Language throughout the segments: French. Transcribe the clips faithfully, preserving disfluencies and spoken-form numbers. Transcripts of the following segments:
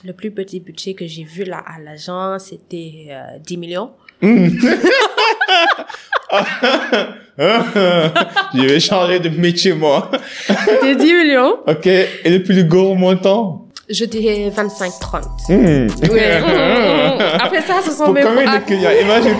Le plus petit budget que j'ai vu là à l'agence, c'était euh, dix millions. Mmh. Je vais changer de métier, moi. C'était dix millions. Ok. Et le plus gros montant? Je dirais vingt-cinq trente. Mmh. Ouais. Mmh. Après ça, ce sont Pour mes... combien de clients? Imagine.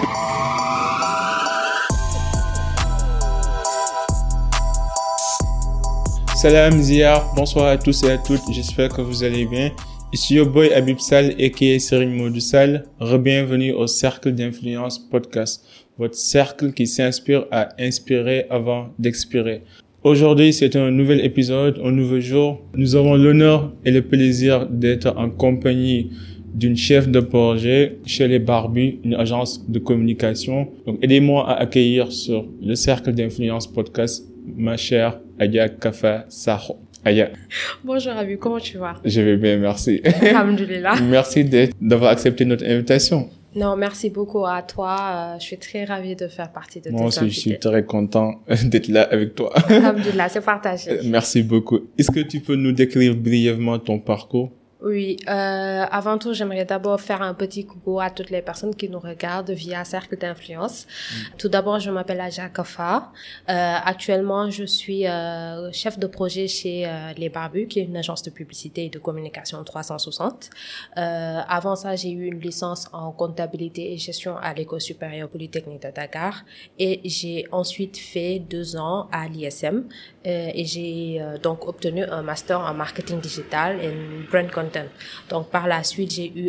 Salam Zia, bonsoir à tous et à toutes, j'espère que vous allez bien. Ici your boy Habib Sall, aka Serigne Modou Sall. Re-bienvenue au Cercle d'Influence Podcast, votre cercle qui s'inspire à inspirer avant d'expirer. Aujourd'hui, c'est un nouvel épisode, un nouveau jour. Nous avons l'honneur et le plaisir d'être en compagnie d'une chef de projet chez les Barbus, une agence de communication. Donc, aidez-moi à accueillir sur le Cercle d'Influence Podcast ma chère Aya Kafa Sakho. Aya. Bonjour Habib, comment tu vas? Je vais bien, merci. Alhamdoulilah. Merci d'être, d'avoir accepté notre invitation. Non, merci beaucoup à toi. Euh, je suis très ravie de faire partie de tes Moi aussi, invités. je suis très content d'être là avec toi. Alhamdoulilah, c'est partagé. Merci beaucoup. Est-ce que tu peux nous décrire brièvement ton parcours? Oui, euh, avant tout, j'aimerais d'abord faire un petit coucou à toutes les personnes qui nous regardent via Cercle d'Influence. Mm. Tout d'abord, je m'appelle Aya Kafa. Euh, actuellement, je suis euh, chef de projet chez euh, Les Barbus, qui est une agence de publicité et de communication trois cent soixante. Euh, avant ça, j'ai eu une licence en comptabilité et gestion à l'École supérieure polytechnique de Dakar. Et j'ai ensuite fait deux ans à l'I S M. Euh, et j'ai euh, donc obtenu un master en marketing digital et brand content. Donc, par la suite, j'ai eu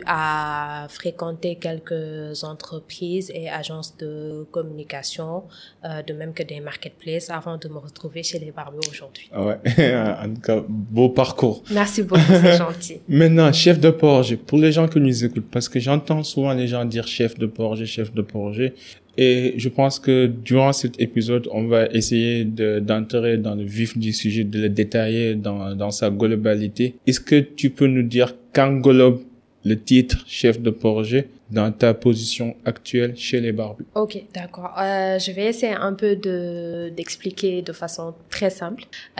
à fréquenter quelques entreprises et agences de communication, euh, de même que des marketplaces, avant de me retrouver chez les Barbus aujourd'hui. Ah ouais, en tout cas, beau parcours. Merci beaucoup, c'est gentil. Maintenant, chef de projet, pour les gens qui nous écoutent, parce que j'entends souvent les gens dire chef de projet, chef de projet, et je pense que durant cet épisode, on va essayer de, d'entrer dans le vif du sujet, de le détailler dans, dans sa globalité. Est-ce que tu peux nous dire qu'englobe le titre chef de projet dans ta position actuelle chez les Barbus? Ok, d'accord. Euh, je vais essayer un peu de d'expliquer de façon très simple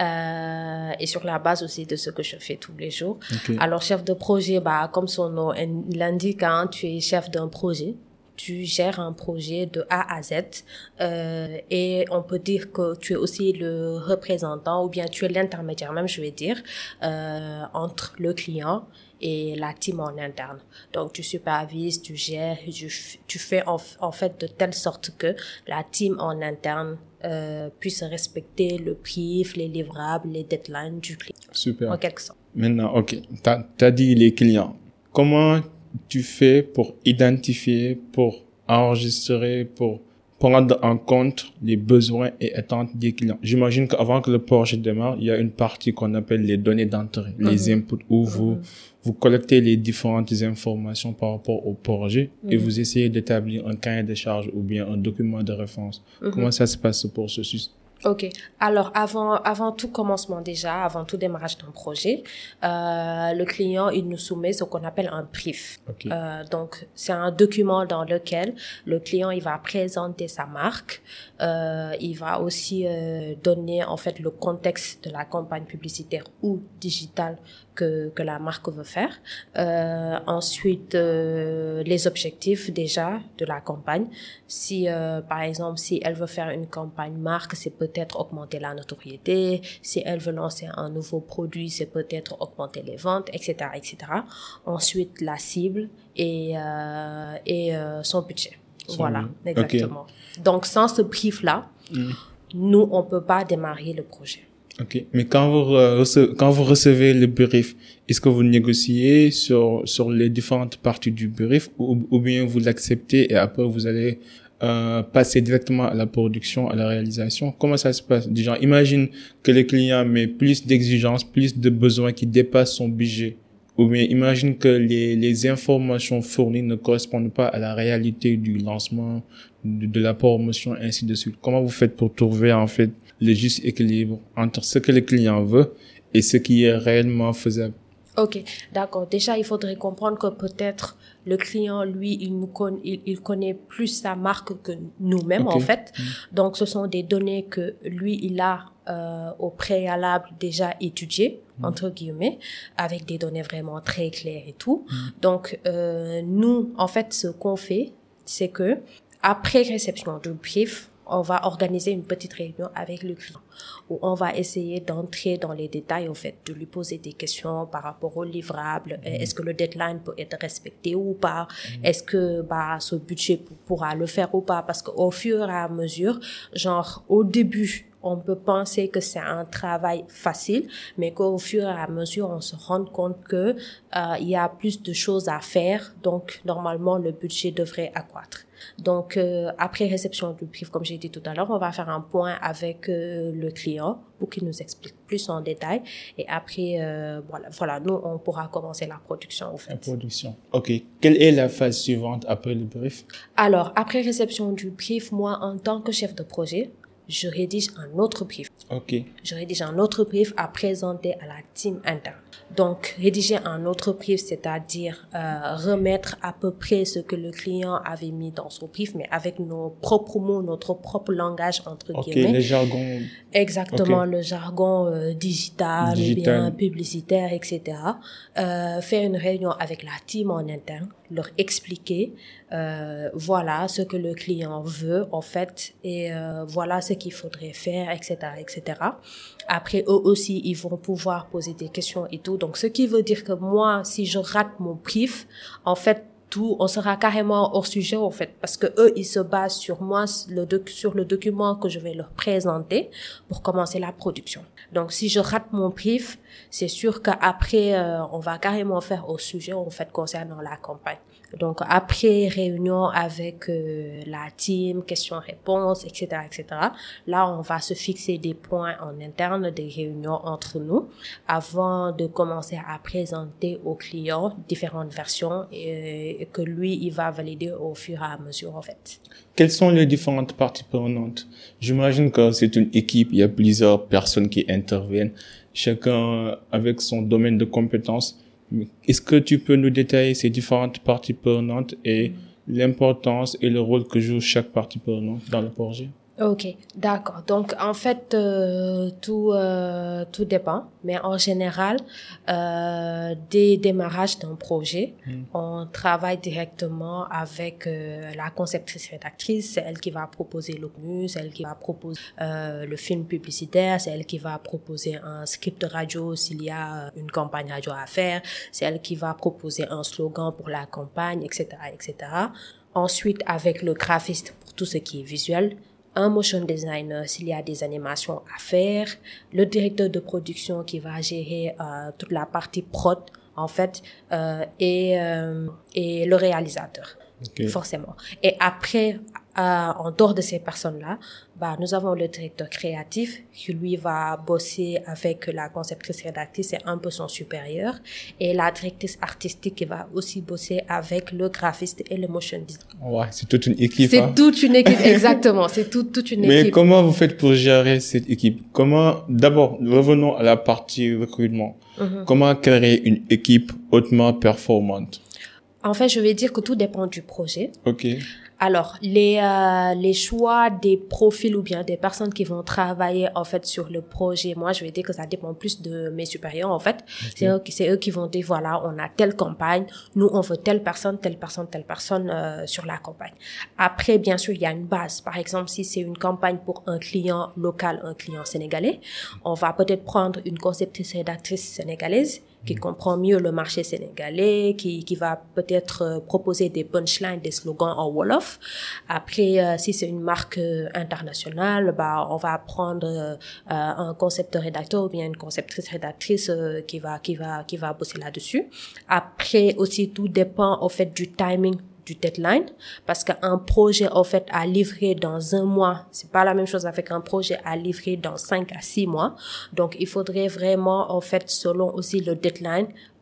euh, et sur la base aussi de ce que je fais tous les jours. Okay. Alors, chef de projet, bah comme son nom l'indique, hein, tu es chef d'un projet. Tu gères un projet de A à Z euh, et on peut dire que tu es aussi le représentant ou bien tu es l'intermédiaire même, je vais dire, euh, entre le client et la team en interne. Donc, tu supervises, tu gères, tu, tu fais en, en fait de telle sorte que la team en interne euh, puisse respecter le brief, les livrables, les deadlines du client. Super. En quelque sorte. Maintenant, ok, t'as, t'as dit les clients. Comment tu fais pour identifier, pour enregistrer, pour prendre en compte les besoins et attentes des clients? J'imagine qu'avant que le projet démarre, il y a une partie qu'on appelle les données d'entrée, mm-hmm. les inputs, où mm-hmm. vous, vous collectez les différentes informations par rapport au projet mm-hmm. et vous essayez d'établir un cahier de charges ou bien un document de référence. Mm-hmm. Comment ça se passe ce processus? Ok. Alors, avant, avant tout commencement déjà, avant tout démarrage d'un projet, euh, le client, il nous soumet ce qu'on appelle un brief. Okay. Euh, donc, c'est un document dans lequel le client, il va présenter sa marque. Euh, il va aussi euh, donner, en fait, le contexte de la campagne publicitaire ou digitale que, que la marque veut faire. Euh, ensuite, euh, les objectifs déjà de la campagne. Si, euh, par exemple, si elle veut faire une campagne marque, c'est peut-être augmenter la notoriété. Si elle veut lancer un nouveau produit, c'est peut-être augmenter les ventes, et cetera, et cetera. Ensuite, la cible et, euh, et euh, son budget. Son voilà, budget. Exactement. Okay. Donc, sans ce brief-là, mm. nous, on peut pas démarrer le projet. Ok, mais quand vous recevez, quand vous recevez le brief, est-ce que vous négociez sur sur les différentes parties du brief ou, ou bien vous l'acceptez et après vous allez euh, passer directement à la production, à la réalisation? Comment ça se passe? Déjà, imagine que le client met plus d'exigences, plus de besoins qui dépassent son budget. Ou bien imagine que les les informations fournies ne correspondent pas à la réalité du lancement, de, de la promotion, ainsi de suite. Comment vous faites pour trouver en fait le juste équilibre entre ce que le client veut et ce qui est réellement faisable? Ok, d'accord. Déjà, il faudrait comprendre que peut-être le client, lui, il nous connaît, il, il connaît plus sa marque que nous-mêmes, okay. en fait. Mmh. Donc, ce sont des données que lui, il a euh, au préalable déjà étudiées, mmh. entre guillemets, avec des données vraiment très claires et tout. Mmh. Donc, euh, nous, en fait, ce qu'on fait, c'est que après réception du brief, on va organiser une petite réunion avec le client où on va essayer d'entrer dans les détails, en fait, de lui poser des questions par rapport au livrable. Mmh. Est-ce que le deadline peut être respecté ou pas? Mmh. Est-ce que, bah, ce budget pourra le faire ou pas? Parce qu'au fur et à mesure, genre, au début, on peut penser que c'est un travail facile, mais qu'au fur et à mesure, on se rend compte que euh, il y a plus de choses à faire. Donc, normalement, le budget devrait accroître. Donc, euh, après réception du brief, comme j'ai dit tout à l'heure, on va faire un point avec euh, le client pour qu'il nous explique plus en détail. Et après, euh, voilà, voilà, nous, on pourra commencer la production, au fait. La production. OK. Quelle est la phase suivante après le brief? Alors, après réception du brief, moi, en tant que chef de projet, je rédige un autre brief. OK. Je rédige un autre brief à présenter à la team interne. Donc, rédiger un autre brief, c'est-à-dire euh, remettre à peu près ce que le client avait mis dans son brief, mais avec nos propres mots, notre propre langage, entre okay, guillemets. Le jargon. Exactement, okay. Le jargon euh, digital, digital, ou bien publicitaire, et cetera. Euh, faire une réunion avec la team en interne, leur expliquer, euh, voilà ce que le client veut, en fait, et euh, voilà ce qu'il faudrait faire, et cetera, et cetera. Après, eux aussi, ils vont pouvoir poser des questions et tout. Donc, ce qui veut dire que moi, si je rate mon brief, en fait, tout, on sera carrément hors sujet, en fait, parce que eux, ils se basent sur moi, le doc, sur le document que je vais leur présenter pour commencer la production. Donc, si je rate mon brief, c'est sûr qu'après, euh, on va carrément faire hors sujet, en fait, concernant la campagne. Donc, après réunion avec euh, la team, questions-réponses, et cetera, et cetera, là, on va se fixer des points en interne, des réunions entre nous, avant de commencer à présenter au client différentes versions et, et que lui, il va valider au fur et à mesure, en fait. Quelles sont les différentes parties prenantes? J'imagine que c'est une équipe, il y a plusieurs personnes qui interviennent, chacun avec son domaine de compétences. Est-ce que tu peux nous détailler ces différentes parties prenantes et l'importance et le rôle que joue chaque partie prenante dans le projet? Ok, d'accord. Donc, en fait, euh, tout euh, tout dépend, mais en général, euh, dès démarrage d'un projet, mm. on travaille directement avec euh, la conceptrice-rédactrice. C'est elle qui va proposer le contenu, c'est elle qui va proposer euh, le film publicitaire, c'est elle qui va proposer un script de radio s'il y a une campagne radio à faire, c'est elle qui va proposer un slogan pour la campagne, et cetera, et cetera. Ensuite, avec le graphiste pour tout ce qui est visuel, un motion designer s'il y a des animations à faire, le directeur de production qui va gérer euh, toute la partie prod en fait euh, et euh, et le réalisateur. Okay. Forcément. Et après, euh, en dehors de ces personnes-là, bah, nous avons le directeur créatif qui, lui, va bosser avec la conceptrice rédactrice, c'est un peu son supérieur, et la directrice artistique qui va aussi bosser avec le graphiste et le motion design. Ouais, c'est toute une équipe. C'est hein. toute une équipe, exactement. C'est tout, toute une Mais équipe. Mais comment vous faites pour gérer cette équipe? Comment, d'abord, revenons à la partie recrutement. Mm-hmm. Comment créer une équipe hautement performante? En fait, je vais dire que tout dépend du projet. Ok. Alors, les euh, les choix des profils ou bien des personnes qui vont travailler en fait sur le projet, moi, je vais dire que ça dépend plus de mes supérieurs en fait. Okay. C'est eux qui c'est eux qui vont dire voilà, on a telle campagne, nous on veut telle personne, telle personne, telle personne euh, sur la campagne. Après, bien sûr, il y a une base. Par exemple, si c'est une campagne pour un client local, un client sénégalais, on va peut-être prendre une conceptrice rédactrice sénégalaise qui comprend mieux le marché sénégalais, qui qui va peut-être euh, proposer des punchlines, des slogans en wolof. Après, euh, si c'est une marque euh, internationale, bah on va prendre euh, un concepteur rédacteur ou bien une conceptrice rédactrice euh, qui va qui va qui va bosser là-dessus. Après aussi, tout dépend au fait du timing du deadline, parce qu'un projet en fait à livrer dans un mois, c'est pas la même chose avec un projet à livrer dans cinq à six mois. Donc il faudrait vraiment en fait selon aussi le deadline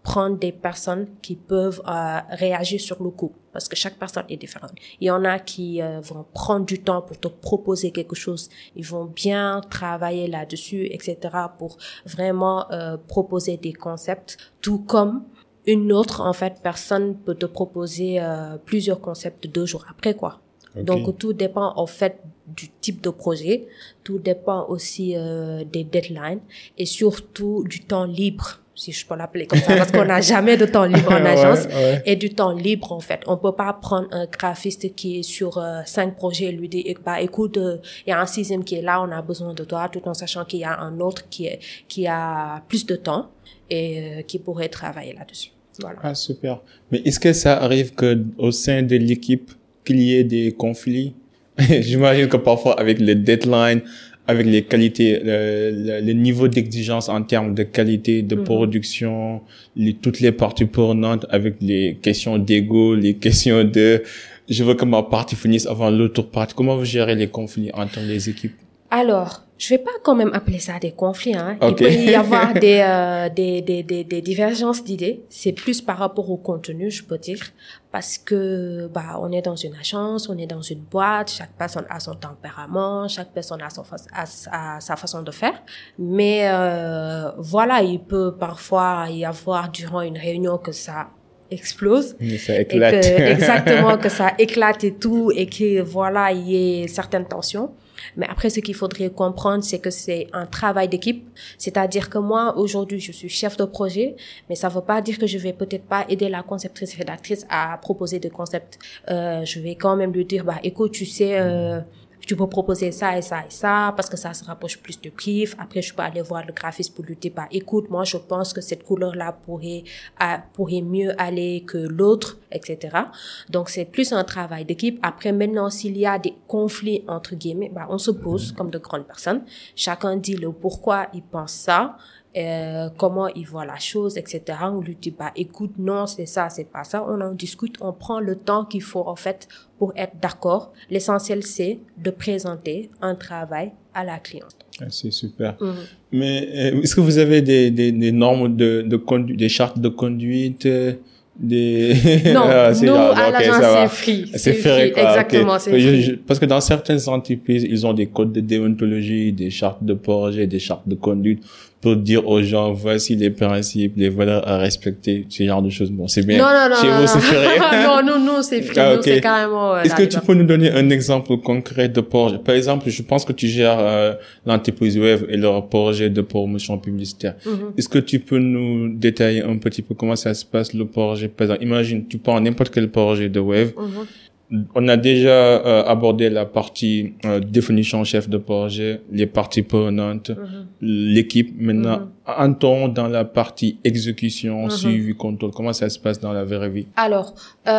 prendre des personnes qui peuvent euh, réagir sur le coup, parce que chaque personne est différente. Il y en a qui euh, vont prendre du temps pour te proposer quelque chose, ils vont bien travailler là-dessus, et cetera, pour vraiment euh, proposer des concepts, tout comme une autre, en fait, personne peut te proposer euh, plusieurs concepts deux jours après, quoi. Okay. Donc, tout dépend, en fait, du type de projet. Tout dépend aussi euh, des deadlines et surtout du temps libre, si je peux l'appeler comme ça, parce qu'on n'a jamais de temps libre en agence. Ouais, ouais. Et du temps libre, en fait. On peut pas prendre un graphiste qui est sur euh, cinq projets et lui dire, bah, écoute, il euh, y a un sixième qui est là, on a besoin de toi, tout en sachant qu'il y a un autre qui est, qui a plus de temps et euh, qui pourrait travailler là-dessus. Voilà. Ah, super. Mais est-ce que ça arrive que au sein de l'équipe, qu'il y ait des conflits? J'imagine que parfois avec les deadlines, avec les qualités, le, le, le niveau d'exigence en termes de qualité de mm-hmm. production, les, toutes les parties prenantes avec les questions d'ego, les questions de je veux que ma partie finisse avant l'autre partie. Comment vous gérez les conflits entre les équipes? Alors, je vais pas quand même appeler ça des conflits, hein. Okay. Il peut y avoir des, euh, des, des, des, des divergences d'idées. C'est plus par rapport au contenu, je peux dire. Parce que, bah, on est dans une agence, on est dans une boîte, chaque personne a son tempérament, chaque personne a son, a, a sa façon de faire. Mais, euh, voilà, il peut parfois y avoir durant une réunion que ça explose. Mais ça éclate. Et que, exactement, que ça éclate et tout, et que, voilà, il y ait certaines tensions. Mais après, ce qu'il faudrait comprendre, c'est que c'est un travail d'équipe. C'est-à-dire que moi, aujourd'hui, je suis chef de projet, mais ça ne veut pas dire que je vais peut-être pas aider la conceptrice rédactrice à proposer des concepts. Euh, je vais quand même lui dire, bah, écoute, tu sais, euh, tu peux proposer ça et ça et ça parce que ça se rapproche plus du brief. Après, je peux aller voir le graphiste pour lui dire, bah, écoute, moi, je pense que cette couleur-là pourrait, à, pourrait mieux aller que l'autre, et cetera. Donc, c'est plus un travail d'équipe. Après, maintenant, s'il y a des conflits, entre guillemets, bah, on se pose comme de grandes personnes. Chacun dit le pourquoi il pense ça. Euh, comment il voit la chose, et cetera. On lui dit, bah, écoute, non, c'est ça, c'est pas ça. On en discute, on prend le temps qu'il faut, en fait, pour être d'accord. L'essentiel, c'est de présenter un travail à la cliente. Ah, c'est super. Mm-hmm. Mais, euh, est-ce que vous avez des, des, des normes de, de conduite, des chartes de conduite, euh, des... Non, ah, nous, genre, à okay, l'agence, c'est free. C'est free, exactement, okay. c'est free. Je, je, parce que dans certaines entreprises, ils ont des codes de déontologie, des chartes de projet, des chartes de conduite pour dire aux gens, voici les principes, les valeurs à respecter, ce genre de choses. Bon, c'est bien. Non, non, non. Chez non, vous, non. c'est free. non, non, non, c'est free. Ah, okay. Nous, c'est carrément... Euh, Est-ce que tu peux nous donner un exemple concret de projet? Par exemple, je pense que tu gères euh, l'entreprise web et leur projet de promotion publicitaire. Mm-hmm. Est-ce que tu peux nous détailler un petit peu comment ça se passe, le projet? Par exemple, imagine, tu prends n'importe quel projet de web. Mm-hmm. On a déjà euh, abordé la partie euh, définition chef de projet, les parties prenantes, mm-hmm. l'équipe. Maintenant, mm-hmm. entrons dans la partie exécution, mm-hmm. suivi, contrôle. Comment ça se passe dans la vraie vie? Alors,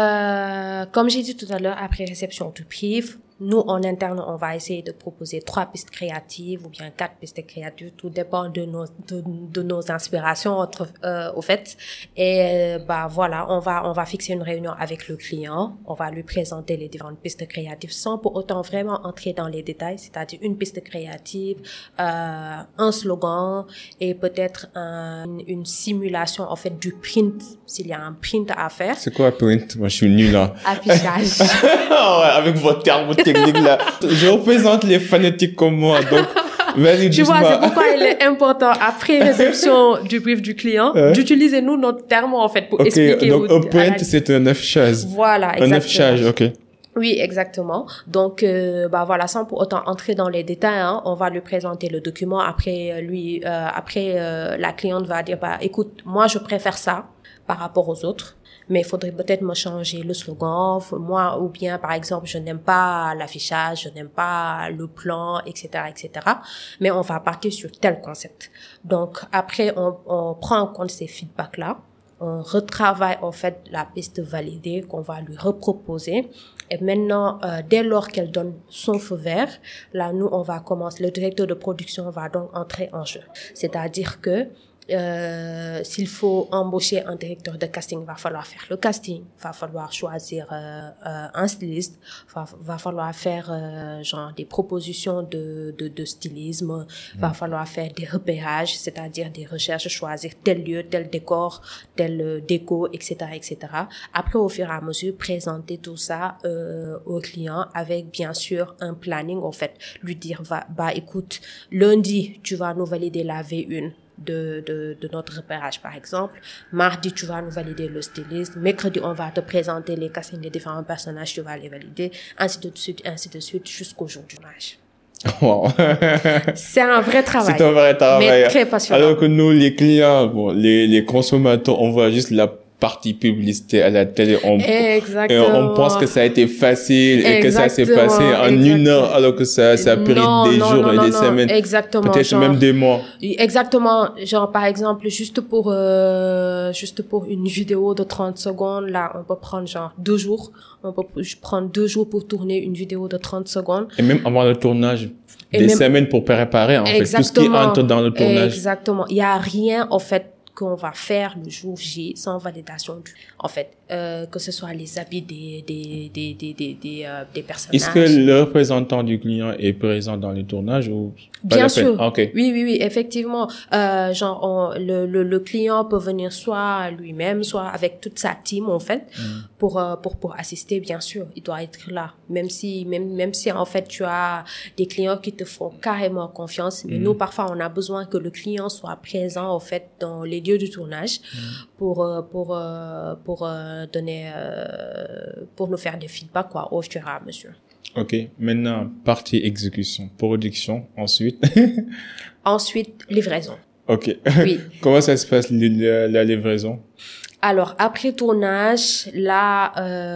euh, comme j'ai dit tout à l'heure, après réception du brief, nous, en interne, on va essayer de proposer trois pistes créatives ou bien quatre pistes créatives. Tout dépend de nos, de, de nos inspirations, entre, euh, au fait. Et, bah, voilà, on va, on va fixer une réunion avec le client. On va lui présenter les différentes pistes créatives sans pour autant vraiment entrer dans les détails. C'est-à-dire une piste créative, euh, un slogan et peut-être un, une, une simulation, en fait, du print, s'il y a un print à faire. C'est quoi print? Moi, je suis nul, là. Affichage. Ouais, avec vos termes techniques, là. Je représente les fanatiques comme moi, donc, vas-y, tu vois, c'est pourquoi il est important, après réception du brief du client, euh? d'utiliser, nous, notre terme, en fait, pour okay, expliquer. Donc, un print, c'est un affichage. Voilà, exactement. Un affichage, ok. Oui, exactement. Donc, euh, bah voilà, sans pour autant entrer dans les détails, hein, on va lui présenter le document. Après, lui, euh, après, euh, la cliente va dire, bah, écoute, moi, je préfère ça par rapport aux autres. Mais il faudrait peut-être me changer le slogan, moi, ou bien, par exemple, je n'aime pas l'affichage, je n'aime pas le plan, et cetera, et cetera. Mais on va partir sur tel concept. Donc, après, on, on prend en compte ces feedbacks-là. On retravaille, en fait, la piste validée qu'on va lui reproposer. Et maintenant, euh, dès lors qu'elle donne son feu vert, là, nous, on va commencer, le directeur de production va donc entrer en jeu. C'est-à-dire que, Euh, s'il faut embaucher un directeur de casting, va falloir faire le casting, va falloir choisir euh, euh, un styliste, va, va falloir faire euh, genre des propositions de de, de stylisme, mmh. va falloir faire des repérages, c'est-à-dire des recherches, choisir tel lieu, tel décor, tel euh, déco, et cetera, et cetera. Après, au fur et à mesure, présenter tout ça euh, au client avec bien sûr un planning. En fait, lui dire va bah écoute, lundi tu vas nous valider la V un. De, de, de notre repérage, par exemple. Mardi, tu vas nous valider le styliste. Mercredi, on va te présenter les castings des différents personnages, tu vas les valider, ainsi de suite, ainsi de suite, jusqu'au jour du tournage. Wow. C'est un vrai travail. C'est un vrai travail. Mais très passionnant. Alors que nous, les clients, bon, les, les consommateurs, on voit juste la partie publicité à la télé. On, exactement. Et on pense que ça a été facile et exactement, que ça s'est passé en exactement. une heure, alors que ça, ça a pris non, des non, jours non, et non, des non, semaines. Exactement. Peut-être genre, même des mois. Exactement. Genre, par exemple, juste pour, euh, juste pour une vidéo de trente secondes, là, on peut prendre genre deux jours. On peut prendre deux jours pour tourner une vidéo de trente secondes. Et même avant le tournage, et des même, semaines pour préparer, en fait, tout ce qui entre dans le tournage. Exactement. Il y a rien, en fait, qu'on va faire le jour J sans validation du, en fait, euh, que ce soit les habits des, des, des, des, des, des, euh, des personnages. Est-ce que le représentant du client est présent dans le tournage ou pas? Bien sûr. Ah, okay. Oui, oui, oui, effectivement. Euh, genre, on, le, le, le client peut venir soit lui-même, soit avec toute sa team, en fait, mm. pour, euh, pour, pour assister, bien sûr. Il doit être là. Même si, même, même si, en fait, tu as des clients qui te font carrément confiance. Mais mm. nous, parfois, on a besoin que le client soit présent, en fait, dans les lieux du tournage mm. pour, euh, pour, euh, pour, euh, donner, euh, pour nous faire des feedbacks, quoi, au fur et à mesure. Ok, maintenant, partie exécution, production, ensuite. Ensuite, livraison. Ok. Oui. Comment ça se passe, la, la livraison? Alors, après tournage, là,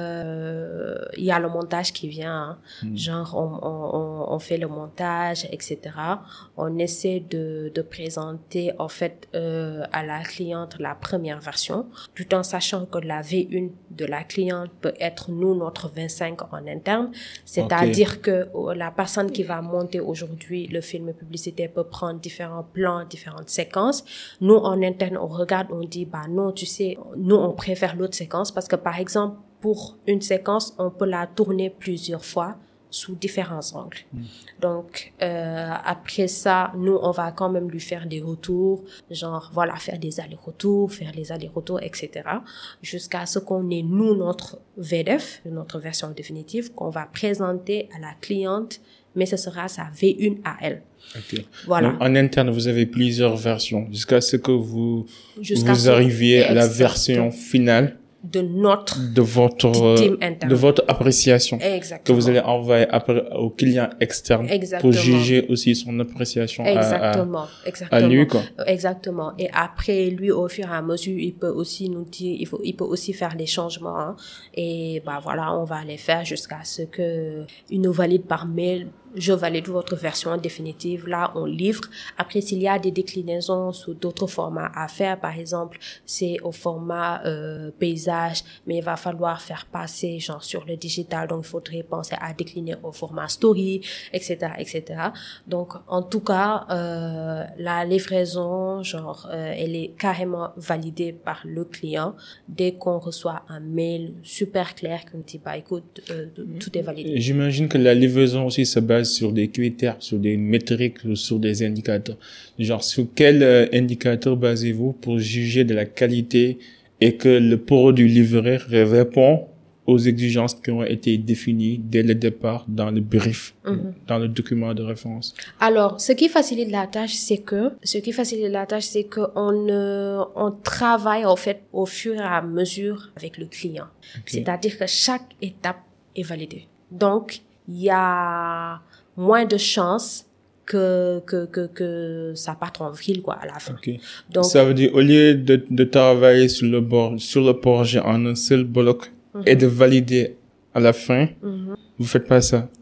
euh, il y a le montage qui vient. Hein. Mm. Genre, on, on, on fait le montage, et cetera. On essaie de, de présenter, en fait, euh, à la cliente la première version, tout en sachant que la V un de la cliente peut être, nous, notre vingt-cinq en interne. C'est-à-dire okay. que la personne qui va monter aujourd'hui le film publicitaire peut prendre différents plans, différentes séquences. Nous, en interne, on regarde, on dit, bah non, tu sais, nous, on préfère l'autre séquence parce que, par exemple, pour une séquence, on peut la tourner plusieurs fois sous différents angles. Mmh. Donc, euh, après ça, nous, on va quand même lui faire des retours, genre, voilà, faire des allers-retours, faire les allers-retours, et cetera, jusqu'à ce qu'on ait, nous, notre V D F, notre version définitive, qu'on va présenter à la cliente, mais ce sera sa V un à elle. Okay. Voilà. Donc, en interne, vous avez plusieurs versions jusqu'à ce que vous, jusqu'à vous arriviez à la version finale de notre de votre team interne. De votre appréciation. Exactement. Que vous allez envoyer après au client externe. Exactement. Pour juger aussi son appréciation. Exactement. À, à, Exactement. à lui, quoi. Exactement. Et après, lui, au fur et à mesure, il peut aussi nous dire, il faut, il peut aussi faire les changements, hein. Et, bah, voilà, on va les faire jusqu'à ce que il nous valide par mail. Je valide votre version définitive. Là, on livre. Après, s'il y a des déclinaisons sous d'autres formats à faire, par exemple, c'est au format euh, paysage, mais il va falloir faire passer genre sur le digital. Donc, il faudrait penser à décliner au format story, et cetera, et cetera. Donc, en tout cas, euh, la livraison, genre, euh, elle est carrément validée par le client dès qu'on reçoit un mail super clair qui nous dit, bah, écoute, euh, tout est validé. J'imagine que la livraison aussi se base sur des critères, sur des métriques, sur des indicateurs. Genre, sur quel euh, indicateur basez-vous pour juger de la qualité et que le produit livré répond aux exigences qui ont été définies dès le départ dans le brief, mm-hmm. dans le document de référence? Alors, ce qui facilite la tâche, c'est que, ce qui facilite la tâche, c'est que on, euh, on travaille, en fait, au fur et à mesure avec le client. Okay. C'est-à-dire que chaque étape est validée. Donc, il y a moins de chances que, que, que, que ça parte en vrille, quoi, à la fin. Okay. Donc, ça veut dire, au lieu de, de travailler sur le bord, sur le projet en un seul bloc mm-hmm. et de valider à la fin, mm-hmm. vous faites pas ça? Non.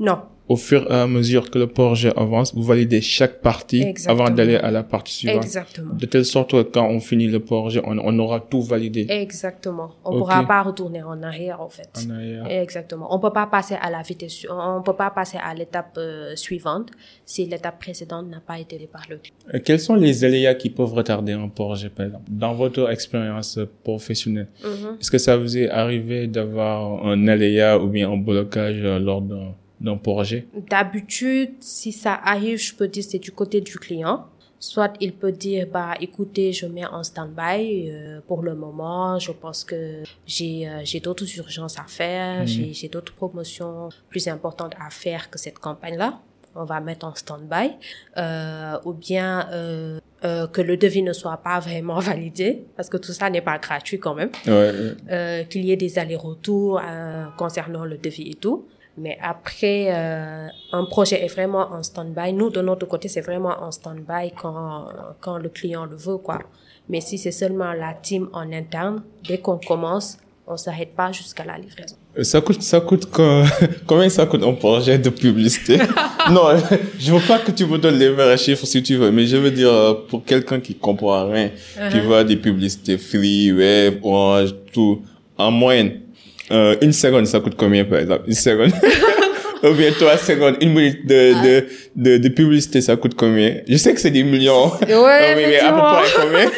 au fur et à mesure que le projet avance, vous validez chaque partie Exactement. Avant d'aller à la partie suivante. Exactement. De telle sorte que quand on finit le projet, on, on aura tout validé. Exactement. On ne okay. pourra pas retourner en arrière, en fait. En arrière. Exactement. On ne peut pas passer à la vitesse, on peut pas passer à l'étape euh, suivante si l'étape précédente n'a pas été par le client. Quels sont les aléas qui peuvent retarder un projet, par exemple, dans votre expérience professionnelle? Mm-hmm. Est-ce que ça vous est arrivé d'avoir un aléa ou bien un blocage lors d'un d'un projet? D'habitude, si ça arrive, je peux dire c'est du côté du client. Soit il peut dire, bah, écoutez, je mets en stand-by euh, pour le moment. Je pense que j'ai euh, j'ai d'autres urgences à faire, mmh. j'ai j'ai d'autres promotions plus importantes à faire que cette campagne-là. On va mettre en stand-by. Euh, ou bien euh, euh, que le devis ne soit pas vraiment validé, parce que tout ça n'est pas gratuit quand même. Ouais, ouais. Euh, qu'il y ait des allers-retours euh, concernant le devis et tout. Mais après, euh, un projet est vraiment en stand-by. Nous, de notre côté, c'est vraiment en stand-by quand, quand le client le veut, quoi. Mais si c'est seulement la team en interne, dès qu'on commence, on s'arrête pas jusqu'à la livraison. Ça coûte, ça coûte que, combien ça coûte un projet de publicité? Non, je veux pas que tu me donnes les vrais chiffres si tu veux, mais je veux dire, pour quelqu'un qui comprend rien, uh-huh. qui voit des publicités free, web, orange, tout, en moyenne, Euh, une seconde, ça coûte combien, par exemple? Une seconde. Ou bien trois secondes, une minute de, ah. de, de, de publicité, ça coûte combien? Je sais que c'est des millions. Ouais, non, mais, mais à peu près combien?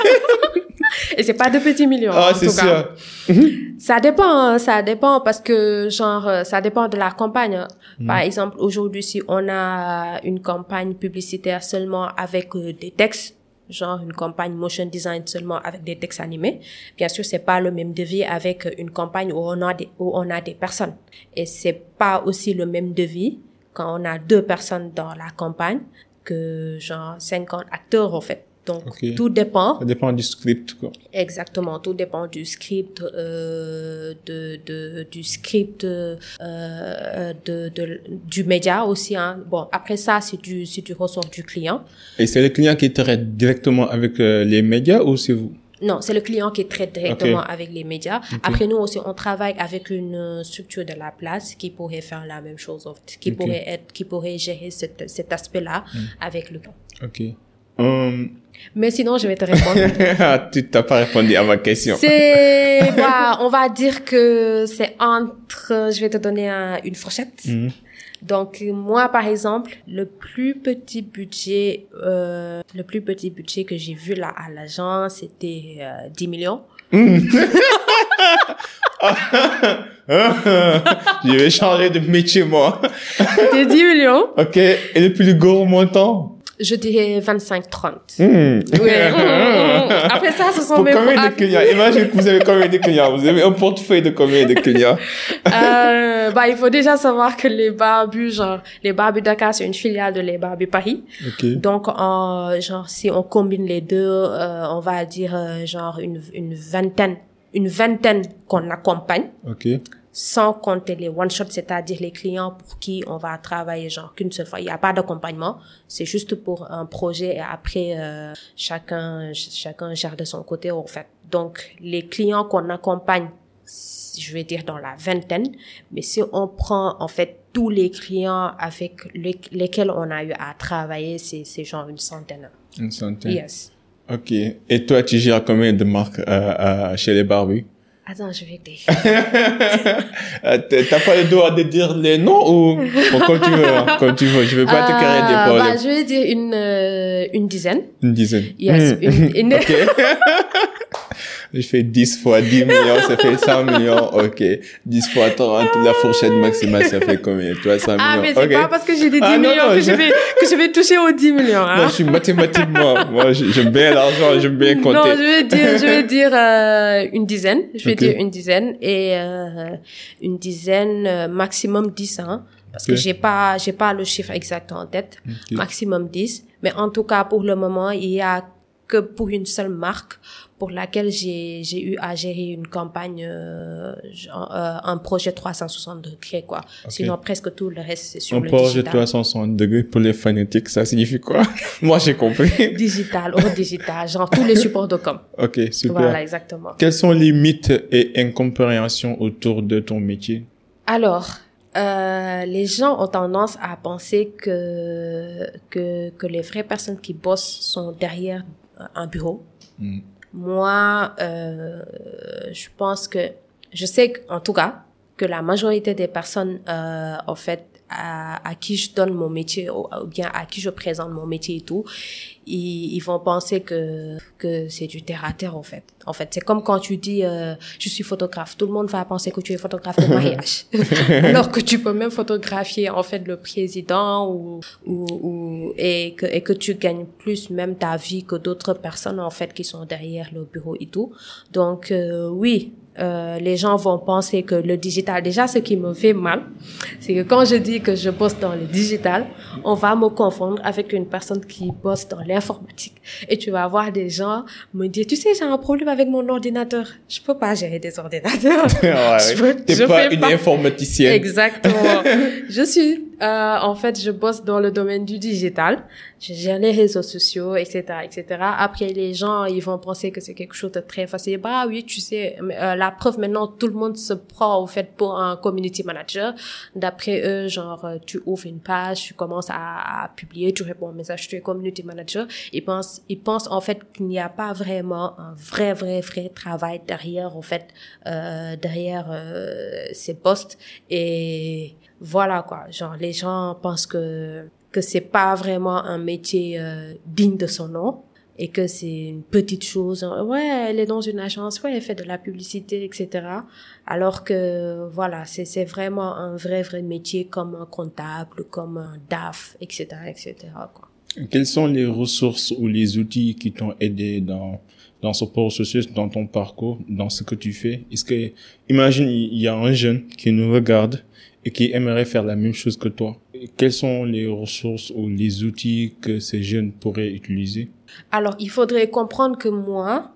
Et c'est pas de petits millions. Ah, c'est sûr. Ça dépend, ça dépend parce que, genre, ça dépend de la campagne. Mm. Par exemple, aujourd'hui, si on a une campagne publicitaire seulement avec euh, des textes, genre une campagne motion design seulement avec des textes animés. Bien sûr, c'est pas le même devis avec une campagne où on a des, où on a des personnes. Et c'est pas aussi le même devis quand on a deux personnes dans la campagne que genre cinquante acteurs, en fait. Donc, okay. tout dépend. Ça dépend du script, quoi. Exactement. Tout dépend du script, euh, de, de, du script, euh, de, de, du média aussi, hein. Bon, après ça, c'est du, c'est du ressort du client. Et c'est le client qui traite directement avec euh, les médias ou c'est vous? Non, c'est le client qui traite directement okay. avec les médias. Okay. Après, nous aussi, on travaille avec une structure de la place qui pourrait faire la même chose, qui okay. pourrait être, qui pourrait gérer cet, cet aspect-là mm. avec le client. Ok. Um... Mais sinon, je vais te répondre. Tu t'as pas répondu à ma question. C'est, bah, on va dire que c'est entre, je vais te donner un, une fourchette. Mm. Donc, moi, par exemple, le plus petit budget, euh, le plus petit budget que j'ai vu là à l'agence, c'était euh, dix millions. Mm. Je vais changer de métier, moi. C'était dix millions. Ok. Et le plus gros montant? Je dirais vingt-cinq trente. Mmh. Oui. Mmh. Après ça, ce sont pour mes... Pour combien de clients? Imagine que vous avez combien de clients? Vous avez un portefeuille de combien de clients? euh, bah, il faut déjà savoir que les Barbus, genre, les Barbus Dakar, c'est une filiale de les Barbus Paris. Okay. Donc, en, genre, si on combine les deux, euh, on va dire, euh, genre, une, une vingtaine, une vingtaine qu'on accompagne. Ok. Sans compter les one-shots, c'est-à-dire les clients pour qui on va travailler genre qu'une seule fois. Il n'y a pas d'accompagnement, c'est juste pour un projet et après, euh, chacun, chacun gère de son côté, en fait. Donc, les clients qu'on accompagne, je vais dire dans la vingtaine, mais si on prend, en fait, tous les clients avec les, lesquels on a eu à travailler, c'est, c'est genre une centaine. Une centaine? Yes. Ok. Et toi, tu gères combien de marques, euh, euh, chez les Barbus? Attends, je vais dire. T'as pas le droit de dire les noms ou bon, comme tu veux, hein, comme tu veux. Je vais pas euh, te carrer des problèmes. Bah, je vais dire une euh, une dizaine. Une dizaine. Yes. Mmh. Une, une... Ok. Je fais dix fois dix millions, ça fait cent millions. Ok. dix fois trente, la fourchette maximale, ça fait combien? Toi, cent millions. Ah, mais c'est okay. pas parce que j'ai dit dix ah, millions non, non, que je... je vais, que je vais toucher aux dix millions, hein. Non, je suis mathématique, moi. Moi, j'aime bien l'argent, j'aime bien compter. Non, je vais dire, je vais dire, euh, une dizaine. Je vais okay. dire une dizaine et, euh, une dizaine, euh, maximum dix, hein. Parce okay. que j'ai pas, j'ai pas le chiffre exact en tête. Okay. Maximum dix. Mais en tout cas, pour le moment, il y a que pour une seule marque pour laquelle j'ai j'ai eu à gérer une campagne euh, genre, euh, un projet trois cent soixante degrés quoi. Okay. Sinon presque tout le reste c'est sur un le digital. Un projet trois cent soixante degrés pour les fanatiques, ça signifie quoi? Moi j'ai compris. Digital, hors digital, genre tous les supports de com. OK, super. Voilà, exactement. Quels sont les mythes et incompréhensions autour de ton métier? Alors, Euh, les gens ont tendance à penser que que que les vraies personnes qui bossent sont derrière un bureau. Mm. Moi, euh, je pense que je sais en tout cas que la majorité des personnes, euh, en fait, à, à qui je donne mon métier ou, ou bien à qui je présente mon métier et tout, ils, ils vont penser que que c'est du terre à terre en fait. En fait, c'est comme quand tu dis euh, je suis photographe, tout le monde va penser que tu es photographe de mariage, alors que tu peux même photographier en fait le président ou ou, ou et que et que tu gagnes plus même ta vie que d'autres personnes en fait qui sont derrière le bureau et tout. Donc euh, oui. Euh, les gens vont penser que le digital, déjà ce qui me fait mal, c'est que quand je dis que je bosse dans le digital, on va me confondre avec une personne qui bosse dans l'informatique. Et tu vas voir des gens me dire, tu sais, j'ai un problème avec mon ordinateur. Je peux pas gérer des ordinateurs. Ouais, je peux, T'es je pas une pas. informaticienne. Exactement. je suis, euh, en fait, je bosse dans le domaine du digital. Je gère les réseaux sociaux, et cetera, et cetera. Après, les gens, ils vont penser que c'est quelque chose de très facile. Bah oui, tu sais, euh, la preuve maintenant, tout le monde se prend, au fait, pour un community manager. D'après eux, genre, tu ouvres une page, tu commences à, à publier, tu réponds au message, tu es community manager. Ils pensent, ils pensent, en fait, qu'il n'y a pas vraiment un vrai, vrai, vrai travail derrière, en fait, euh, derrière, euh, ces postes. Et voilà, quoi. Genre, les gens pensent que, que c'est pas vraiment un métier euh, digne de son nom et que c'est une petite chose. Ouais, elle est dans une agence, ouais, elle fait de la publicité, et cetera. Alors que, voilà, c'est, c'est vraiment un vrai, vrai métier comme un comptable, comme un D A F, et cetera, et cetera, quoi. Quelles sont les ressources ou les outils qui t'ont aidé dans, dans ce processus, dans ton parcours, dans ce que tu fais? Est-ce que, imagine, il y a un jeune qui nous regarde et qui aimerait faire la même chose que toi. Quelles sont les ressources ou les outils que ces jeunes pourraient utiliser? Alors, il faudrait comprendre que moi,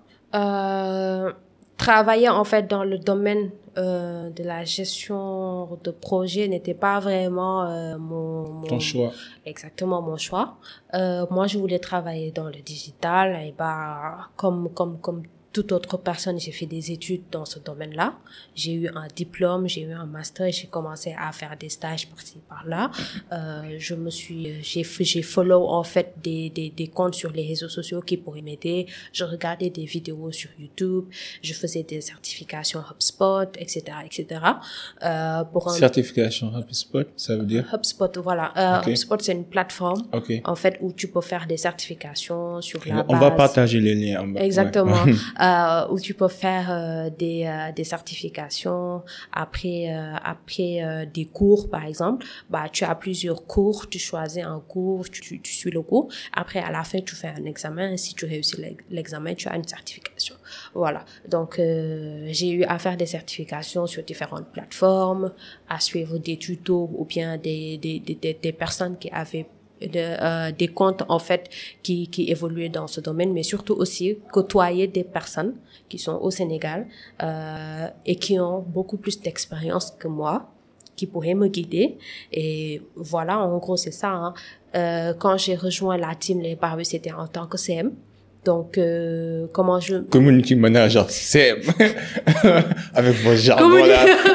euh, travailler en fait dans le domaine euh, de la gestion de projet n'était pas vraiment euh, mon, mon... Ton choix. Exactement, mon choix. Euh, moi, je voulais travailler dans le digital et bah, comme, comme, comme toute autre personne, j'ai fait des études dans ce domaine-là. J'ai eu un diplôme, j'ai eu un master, j'ai commencé à faire des stages par-ci, par-là. Euh, je me suis, j'ai, j'ai follow, en fait, des, des, des comptes sur les réseaux sociaux qui pourraient m'aider. Je regardais des vidéos sur YouTube. Je faisais des certifications HubSpot, et cetera, et cetera. Euh, pour un... Certification HubSpot, ça veut dire? HubSpot, voilà. Euh, okay. HubSpot, c'est une plateforme, okay. en fait, où tu peux faire des certifications sur la On base. On va partager les liens en bas. Exactement. Ouais. Euh, où tu peux faire euh, des euh, des certifications après euh, après euh, des cours par exemple. Bah tu as plusieurs cours, tu choisis un cours, tu, tu tu suis le cours. Après à la fin tu fais un examen. Si tu réussis l'examen, tu as une certification. Voilà. Donc euh, j'ai eu à faire des certifications sur différentes plateformes, à suivre des tutos ou bien des des des des personnes qui avaient de, euh, des comptes en fait qui qui évoluaient dans ce domaine, mais surtout aussi côtoyer des personnes qui sont au Sénégal euh, et qui ont beaucoup plus d'expérience que moi, qui pourraient me guider. Et voilà, en gros c'est ça, hein. Euh, quand j'ai rejoint la team Les Barbus, c'était en tant que C M. Donc, euh, comment je... Community manager, C M. Avec vos jargons Communi...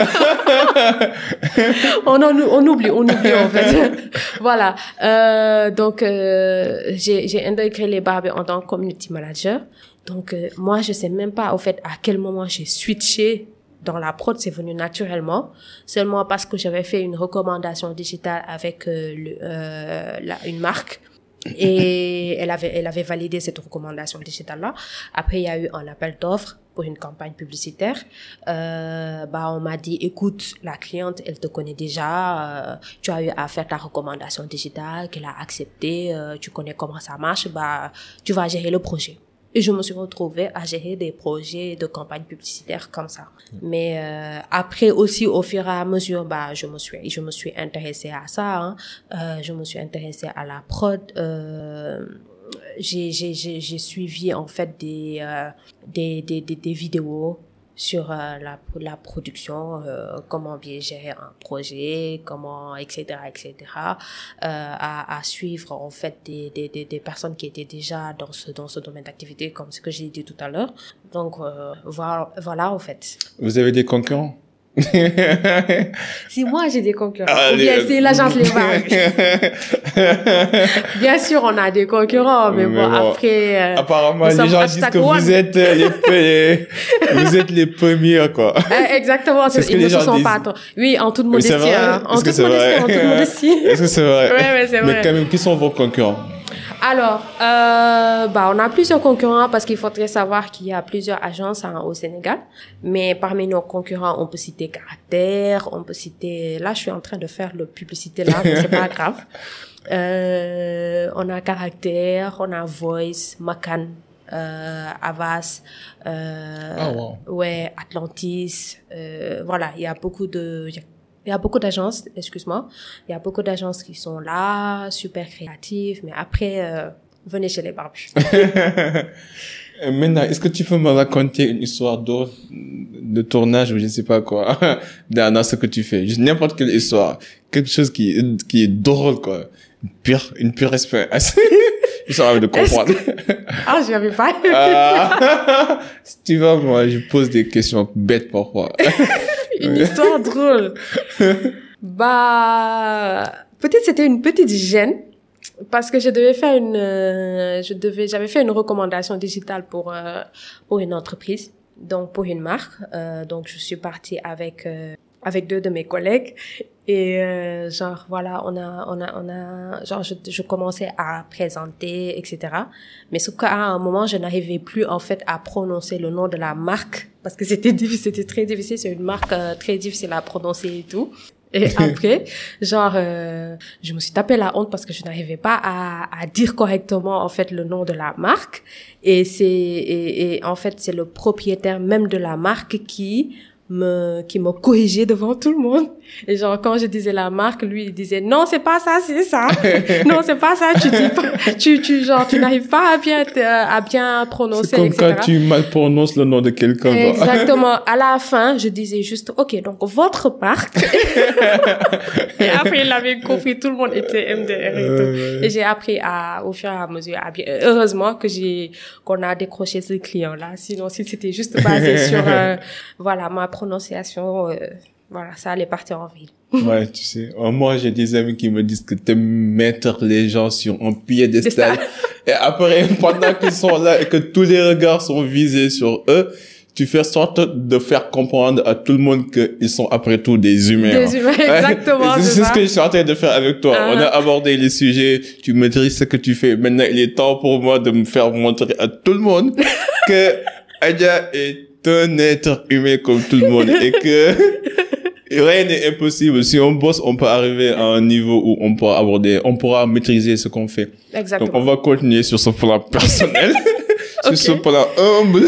là. on, en, on oublie, on oublie en fait. Voilà. Euh, donc, euh, j'ai, j'ai intégré Les Barbus en tant que community manager. Donc, euh, moi, je sais même pas, au fait, à quel moment j'ai switché dans la prod, c'est venu naturellement, seulement parce que j'avais fait une recommandation digitale avec euh, le, euh, la, une marque. Et elle avait, elle avait validé cette recommandation digitale-là. Après, il y a eu un appel d'offres pour une campagne publicitaire. Euh, bah, on m'a dit, écoute, la cliente, elle te connaît déjà, euh, tu as eu à faire ta recommandation digitale, qu'elle a accepté, euh, tu connais comment ça marche, bah, tu vas gérer le projet. Et je me suis retrouvée à gérer des projets de campagne publicitaire comme ça. Mais euh, après aussi, au fur et à mesure, bah je me suis, je me suis intéressée à ça. Hein. Euh, je me suis intéressée à la prod. Euh, j'ai, j'ai, j'ai, j'ai suivi en fait des, euh, des, des, des, des vidéos sur euh, la la production, euh, comment bien gérer un projet, comment et cetera et cetera. Euh, à à suivre en fait des des des des personnes qui étaient déjà dans ce dans ce domaine d'activité, comme ce que j'ai dit tout à l'heure. Donc euh, voilà voilà en fait. Vous avez des concurrents? Si moi j'ai des concurrents, ah, ou bien les... c'est l'agence Les Vagues. Bien sûr, on a des concurrents, mais, mais bon, bon, après... Euh, apparemment, les gens disent que one. vous êtes les, les vous êtes les premiers, quoi. Euh, exactement, c'est ce ils ne se sont disent. Pas... Oui, en toute modestie. Hein. En, toute modestie en toute modestie. Est-ce que c'est vrai? Oui, mais c'est vrai. Mais quand même, qui sont vos concurrents? Alors, euh, bah, on a plusieurs concurrents parce qu'il faudrait savoir qu'il y a plusieurs agences hein, au Sénégal. Mais parmi nos concurrents, on peut citer Caractère, on peut citer... Là, je suis en train de faire la publicité là, mais c'est pas grave. Euh, on a Caractère, on a Voice, Macan, euh, Avas, euh, oh, wow. ouais, Atlantis. Euh, voilà, il y a beaucoup de... Il y a beaucoup d'agences, excuse-moi, il y a beaucoup d'agences qui sont là, super créatives, mais après, euh, venez chez les barbus. Maintenant, est-ce que tu peux me raconter une histoire de, de tournage ou je ne sais pas quoi, dans, dans ce que tu fais? Juste n'importe quelle histoire. Quelque chose qui, qui est drôle, quoi. Une pure, une pure expérience. J'ai envie de comprendre. Que... Ah, je n'avais pas. Ah, si tu vois, moi, je pose des questions bêtes parfois. Une histoire drôle. Bah, peut-être c'était une petite gêne parce que je devais faire une, euh, je devais, j'avais fait une recommandation digitale pour euh, pour une entreprise, donc pour une marque. Euh, donc je suis partie avec euh, avec deux de mes collègues et euh, genre voilà, on a on a on a genre je, je commençais à présenter et cetera. Mais sauf qu'à un moment je n'arrivais plus en fait à prononcer le nom de la marque parce que c'était difficile, c'était très difficile. C'est une marque euh, très difficile à prononcer et tout. Et après, genre, euh, je me suis tapé la honte parce que je n'arrivais pas à, à dire correctement en fait le nom de la marque. Et c'est et, et en fait c'est le propriétaire même de la marque qui me qui me corrigeait devant tout le monde. Et genre quand je disais la marque, lui il disait non c'est pas ça, c'est ça. Non c'est pas ça, tu dis pas, tu tu genre tu n'arrives pas à bien à bien prononcer. C'est comme et cetera. Quand tu mal prononces le nom de quelqu'un. Exactement. À la fin je disais juste ok donc votre marque. Et après il avait compris, tout le monde était M D R et tout. Euh... Et j'ai appris à au fur et à mesure à bien. Heureusement que j'ai qu'on a décroché ce client là. Sinon si c'était juste basé sur euh, voilà ma prononciation, euh, voilà, ça allait partir en ville. Ouais, tu sais, moi j'ai des amis qui me disent que t'aimes mettre les gens sur un piédestal et après pendant qu'ils sont là et que tous les regards sont visés sur eux, tu fais sorte de faire comprendre à tout le monde qu'ils sont après tout des humains. Des humains, exactement. C'est, c'est ce que je suis en train de faire avec toi. Uh-huh. On a abordé les sujets, tu maîtrises ce que tu fais. Maintenant, il est temps pour moi de me faire montrer à tout le monde que Adja est un être humain comme tout le monde et que rien n'est impossible. Si on bosse, on peut arriver à un niveau où on pourra aborder, on pourra maîtriser ce qu'on fait. Exactement. Donc, on va continuer sur ce plan personnel, okay. sur ce plan humble.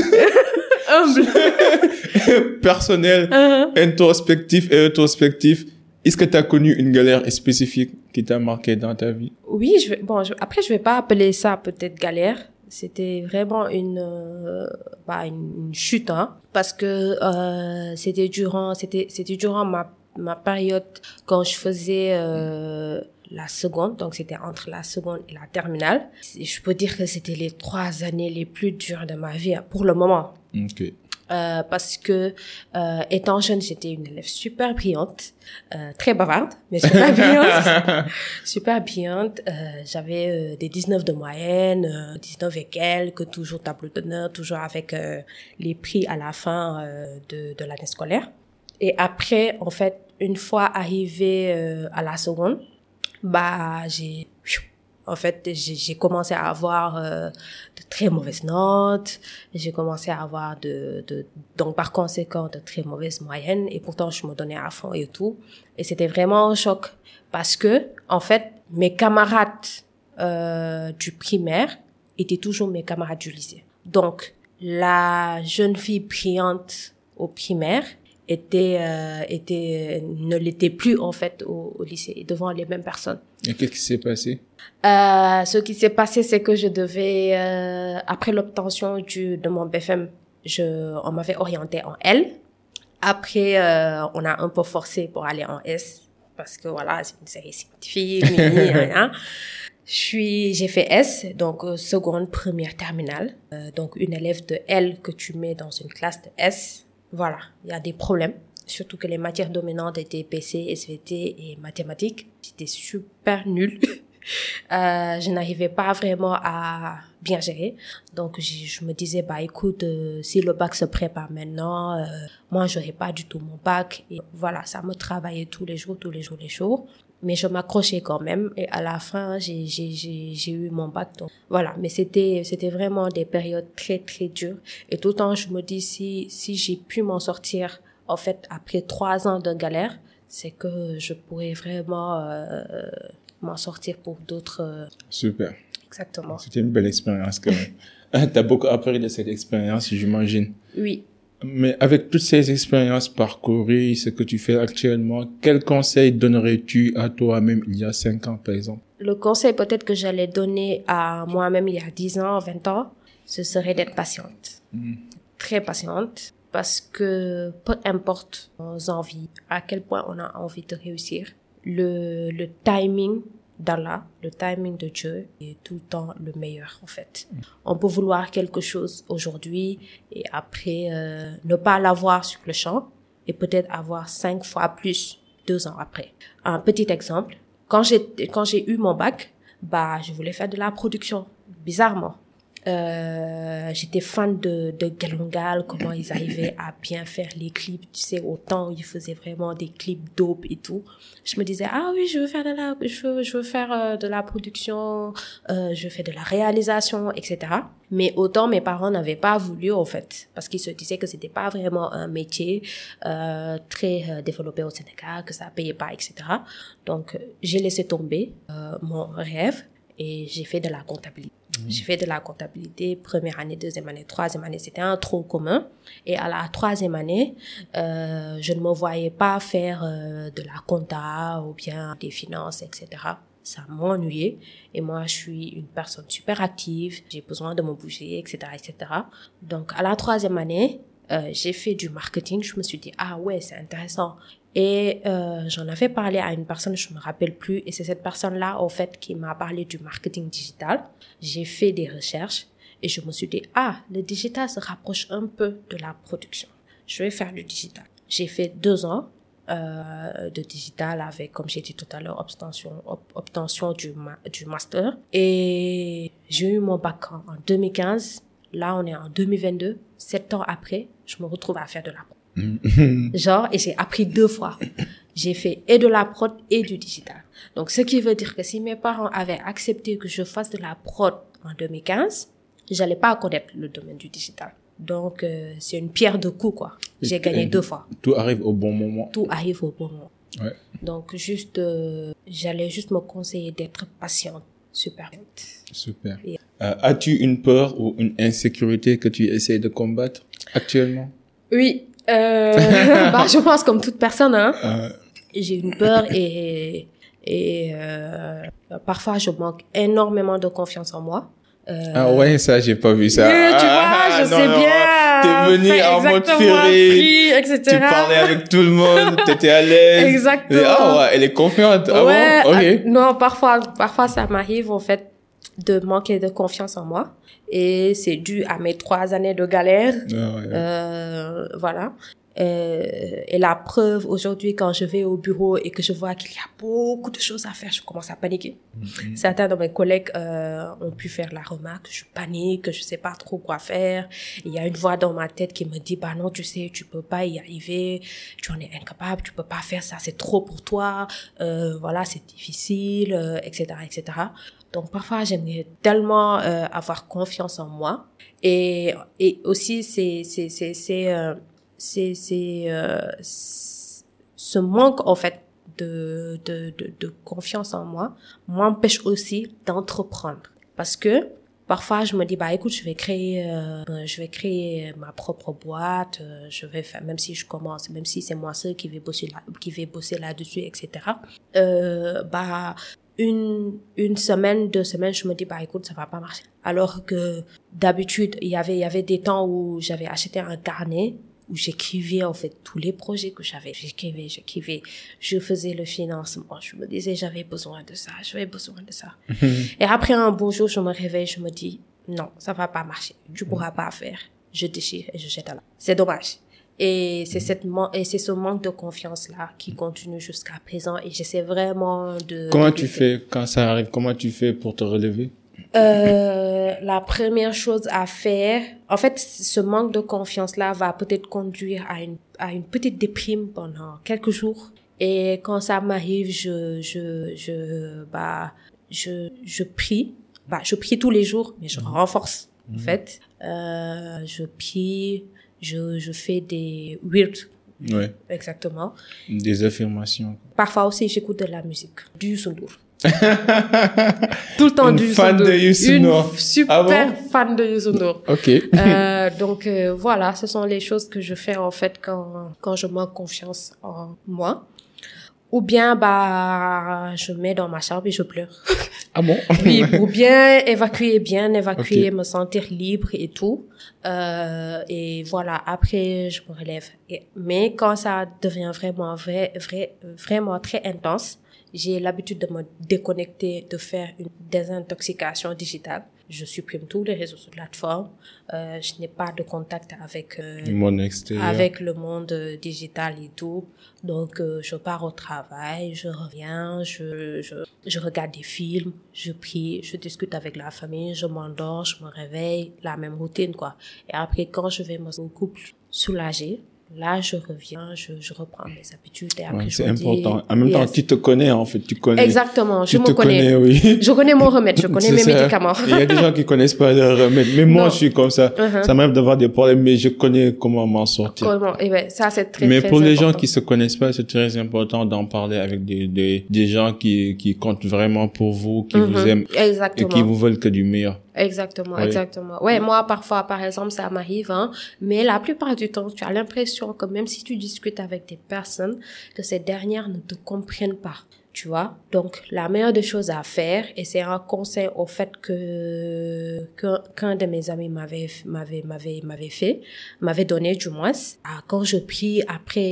humble. Personnel, uh-huh. introspectif et rétrospectif. Est-ce que tu as connu une galère spécifique qui t'a marqué dans ta vie? Oui, je vais, bon, je, après, je vais pas appeler ça peut-être galère. C'était vraiment une, euh, bah, une, une chute, hein. Parce que, euh, c'était durant, c'était, c'était durant ma, ma période quand je faisais, euh, la seconde. Donc, c'était entre la seconde et la terminale. Je peux dire que c'était les trois années les plus dures de ma vie, pour le moment. Ok. Euh, parce que euh, étant jeune, j'étais une élève super brillante, euh, très bavarde, mais super brillante, super brillante. Euh, j'avais euh, des dix-neuf de moyenne, euh, dix-neuf et quelques, toujours tableau d'honneur, toujours avec euh, les prix à la fin euh, de, de l'année scolaire. Et après, en fait, une fois arrivée euh, à la seconde, bah j'ai En fait, j'ai, j'ai commencé à avoir euh, de très mauvaises notes. J'ai commencé à avoir de, de, donc par conséquent, de très mauvaises moyennes. Et pourtant, je me donnais à fond et tout. Et c'était vraiment un choc parce que, en fait, mes camarades euh, du primaire étaient toujours mes camarades du lycée. Donc, la jeune fille brillante au primaire était, euh, était, ne l'était plus en fait au, au lycée, devant les mêmes personnes. Et qu'est-ce qui s'est passé? Euh, ce qui s'est passé, c'est que je devais, euh, après l'obtention du, de mon B F M, je, on m'avait orienté en L. Après, euh, on a un peu forcé pour aller en S, parce que voilà, c'est une série scientifique, hein. Je suis, j'ai fait S, donc euh, seconde, première, terminale. Euh, donc une élève de L que tu mets dans une classe de S, voilà, il y a des problèmes. surtout que les matières dominantes étaient P C, S V T et mathématiques. J'étais super nulle. euh, je n'arrivais pas vraiment à bien gérer. Donc, je, je me disais, bah, écoute, euh, si le bac se prépare maintenant, euh, moi, j'aurais pas du tout mon bac. Et voilà, ça me travaillait tous les jours, tous les jours, les jours. Mais je m'accrochais quand même. Et à la fin, j'ai, j'ai, j'ai, j'ai eu mon bac. Donc, voilà. Mais c'était, c'était vraiment des périodes très, très dures. Et tout le temps, je me dis, si, si j'ai pu m'en sortir, en fait, après trois ans de galère, c'est que je pourrais vraiment, euh, m'en sortir pour d'autres. Euh... Super. Exactement. C'était une belle expérience quand même. T'as beaucoup appris de cette expérience, j'imagine. Oui. Mais avec toutes ces expériences parcourues, ce que tu fais actuellement, quel conseil donnerais-tu à toi-même il y a cinq ans, par exemple? Le conseil peut-être que j'allais donner à moi-même il y a dix ans, vingt ans, ce serait d'être patiente. Mm. Très patiente. Parce que peu importe nos envies, à quel point on a envie de réussir, le, le timing d'Allah, le timing de Dieu est tout le temps le meilleur en fait. Mm. On peut vouloir quelque chose aujourd'hui et après euh, ne pas l'avoir sur le champ et peut-être avoir cinq fois plus deux ans après. Un petit exemple, quand j'ai quand j'ai eu mon bac, bah je voulais faire de la production, bizarrement. Euh, j'étais fan de, de Galongal, comment ils arrivaient à bien faire les clips, tu sais, au temps où ils faisaient vraiment des clips dope et tout. Je me disais, ah oui, je veux faire de la, je veux, je veux faire euh, de la production, euh, je veux faire de la réalisation, et cetera. Mais autant mes parents n'avaient pas voulu, en fait, parce qu'ils se disaient que c'était pas vraiment un métier, euh, très euh, développé au Sénégal, que ça payait pas, et cetera. Donc, j'ai laissé tomber, euh, mon rêve et j'ai fait de la comptabilité. Mmh. J'ai fait de la comptabilité, première année, deuxième année, troisième année, c'était un tronc commun. Et à la troisième année, euh, je ne me voyais pas faire euh, de la compta ou bien des finances, et cetera. Ça m'ennuyait. Et moi, je suis une personne super active, j'ai besoin de me bouger, et cetera, et cetera. Donc, à la troisième année, euh, j'ai fait du marketing. Je me suis dit, ah ouais, c'est intéressant. Et euh, j'en avais parlé à une personne, je me rappelle plus, et c'est cette personne-là, au fait, qui m'a parlé du marketing digital. J'ai fait des recherches et je me suis dit, ah, le digital se rapproche un peu de la production. Je vais faire du digital. J'ai fait deux ans euh, de digital avec, comme j'ai dit tout à l'heure, obtention, ob- obtention du, ma- du master. Et j'ai eu mon bac en, en deux mille quinze. Là, on est en deux mille vingt-deux. Sept ans après, je me retrouve à faire de la prod. Genre, et j'ai appris deux fois. J'ai fait et de la prod et du digital. Donc, ce qui veut dire que si mes parents avaient accepté que je fasse de la prod en deux mille quinze, j'allais pas connaître le domaine du digital. Donc, euh, c'est une pierre deux coups, quoi. J'ai et, gagné et deux fois. Tout arrive au bon moment. Tout arrive au bon moment. Ouais. Donc, juste, euh, j'allais juste me conseiller d'être patiente. Super. Super. Et... Euh, as-tu une peur ou une insécurité que tu essaies de combattre actuellement? Oui. Euh, bah, je pense comme toute personne, hein. Euh... J'ai une peur et, et euh, parfois je manque énormément de confiance en moi. Euh... Ah ouais, ça, j'ai pas vu ça. Oui, tu vois, ah, je non, sais non, bien. T'es venu en mode féerie, et cetera. Tu parlais avec tout le monde, t'étais à l'aise. Exactement. Ah ouais, elle est confiante. Ah ouais, bon? Okay. Non, parfois, parfois ça m'arrive en fait de manquer de confiance en moi. Et c'est dû à mes trois années de galère. Ah ouais. euh, voilà. Euh, et la preuve, aujourd'hui, quand je vais au bureau et que je vois qu'il y a beaucoup de choses à faire, je commence à paniquer. Mm-hmm. Certains de mes collègues euh, ont pu faire la remarque, je panique, je sais pas trop quoi faire. Il y a une voix dans ma tête qui me dit, bah non, tu sais, tu peux pas y arriver, tu en es incapable, tu peux pas faire ça, c'est trop pour toi, euh, voilà, c'est difficile, euh, et cetera, et cetera. Donc parfois, j'aimerais tellement euh, avoir confiance en moi. Et, et aussi, c'est, c'est, c'est, c'est, euh, c'est, c'est, euh, ce manque, en fait, de, de, de, de confiance en moi m'empêche aussi d'entreprendre. Parce que parfois, je me dis, bah, écoute, je vais créer, euh, je vais créer ma propre boîte, euh, je vais faire, même si je commence, même si c'est moi seul qui vais bosser là, qui vais bosser là-dessus, et cetera. Euh, bah, une, une semaine, deux semaines, je me dis, bah, écoute, ça va pas marcher. Alors que d'habitude, il y avait, il y avait des temps où j'avais acheté un carnet où j'écrivais, en fait, tous les projets que j'avais. J'écrivais, j'écrivais. Je faisais le financement. Je me disais, j'avais besoin de ça, j'avais besoin de ça. Et après un beau jour, je me réveille, je me dis, non, ça va pas marcher. Tu pourras pas faire. Je déchire et je jette à la. C'est dommage. Et c'est cette man- et c'est ce manque de confiance là qui continue jusqu'à présent et j'essaie vraiment de. Comment de tu fais quand ça arrive? Comment tu fais pour te relever? Euh, la première chose à faire, en fait, ce manque de confiance là va peut-être conduire à une à une petite déprime pendant quelques jours. Et quand ça m'arrive, je je je bah je je prie. Bah je prie tous les jours, mais je renforce en fait. Euh, je prie. Je, je fais des weird. Ouais. Exactement. Des affirmations. Parfois aussi, j'écoute de la musique. Du Youssou N'Dour. Tout le temps Une du Youssou fan N'Dour. de Youssou N'Dour. Une super Ah bon? fan de Youssou N'Dour. Ok. euh, donc, euh, voilà, ce sont les choses que je fais, en fait, quand, quand je manque confiance en moi. Ou bien, bah, je mets dans ma chambre et je pleure. Ah bon? Oui, pour bien évacuer, bien évacuer, Okay. me sentir libre et tout. Euh, et voilà, après, je me relève. Et, mais quand ça devient vraiment vrai, vrai, vraiment très intense, j'ai l'habitude de me déconnecter, de faire une désintoxication digitale. Je supprime tous les réseaux sur plateforme. Euh, je n'ai pas de contact avec euh, Le monde extérieur. avec le monde euh, digital et tout. Donc, euh, je pars au travail, je reviens, je, je, je regarde des films, je prie, je discute avec la famille, je m'endors, je me réveille, la même routine, quoi. Et après, quand je vais me couple soulagée, là, je reviens, je, je reprends mes habitudes et après, Ouais, je c'est me dis, important. En même yes. temps, tu te connais, en fait. Tu connais. Exactement, je tu me te connais. oui. Je connais mon remède, je connais C'est mes ça. médicaments. Il y a des gens qui connaissent pas leur remède. Mais moi, Non. je suis comme ça. Uh-huh. Ça m'arrive d'avoir des problèmes, mais je connais comment m'en sortir. Comment? Eh ben, ça, c'est très, Mais très pour les gens important. qui se connaissent pas, c'est très important d'en parler avec des, des, des gens qui, qui comptent vraiment pour vous, qui Mhm. vous aiment Exactement. et qui vous veulent que du meilleur. Exactement, Oui. exactement. Ouais, moi, parfois, par exemple, ça m'arrive, hein, mais la plupart du temps, tu as l'impression que même si tu discutes avec des personnes, que ces dernières ne te comprennent pas, tu vois. Donc, la meilleure des choses à faire, et c'est un conseil au fait que, que qu'un de mes amis m'avait, m'avait, m'avait, m'avait fait, m'avait donné, du moins, ah, quand je prie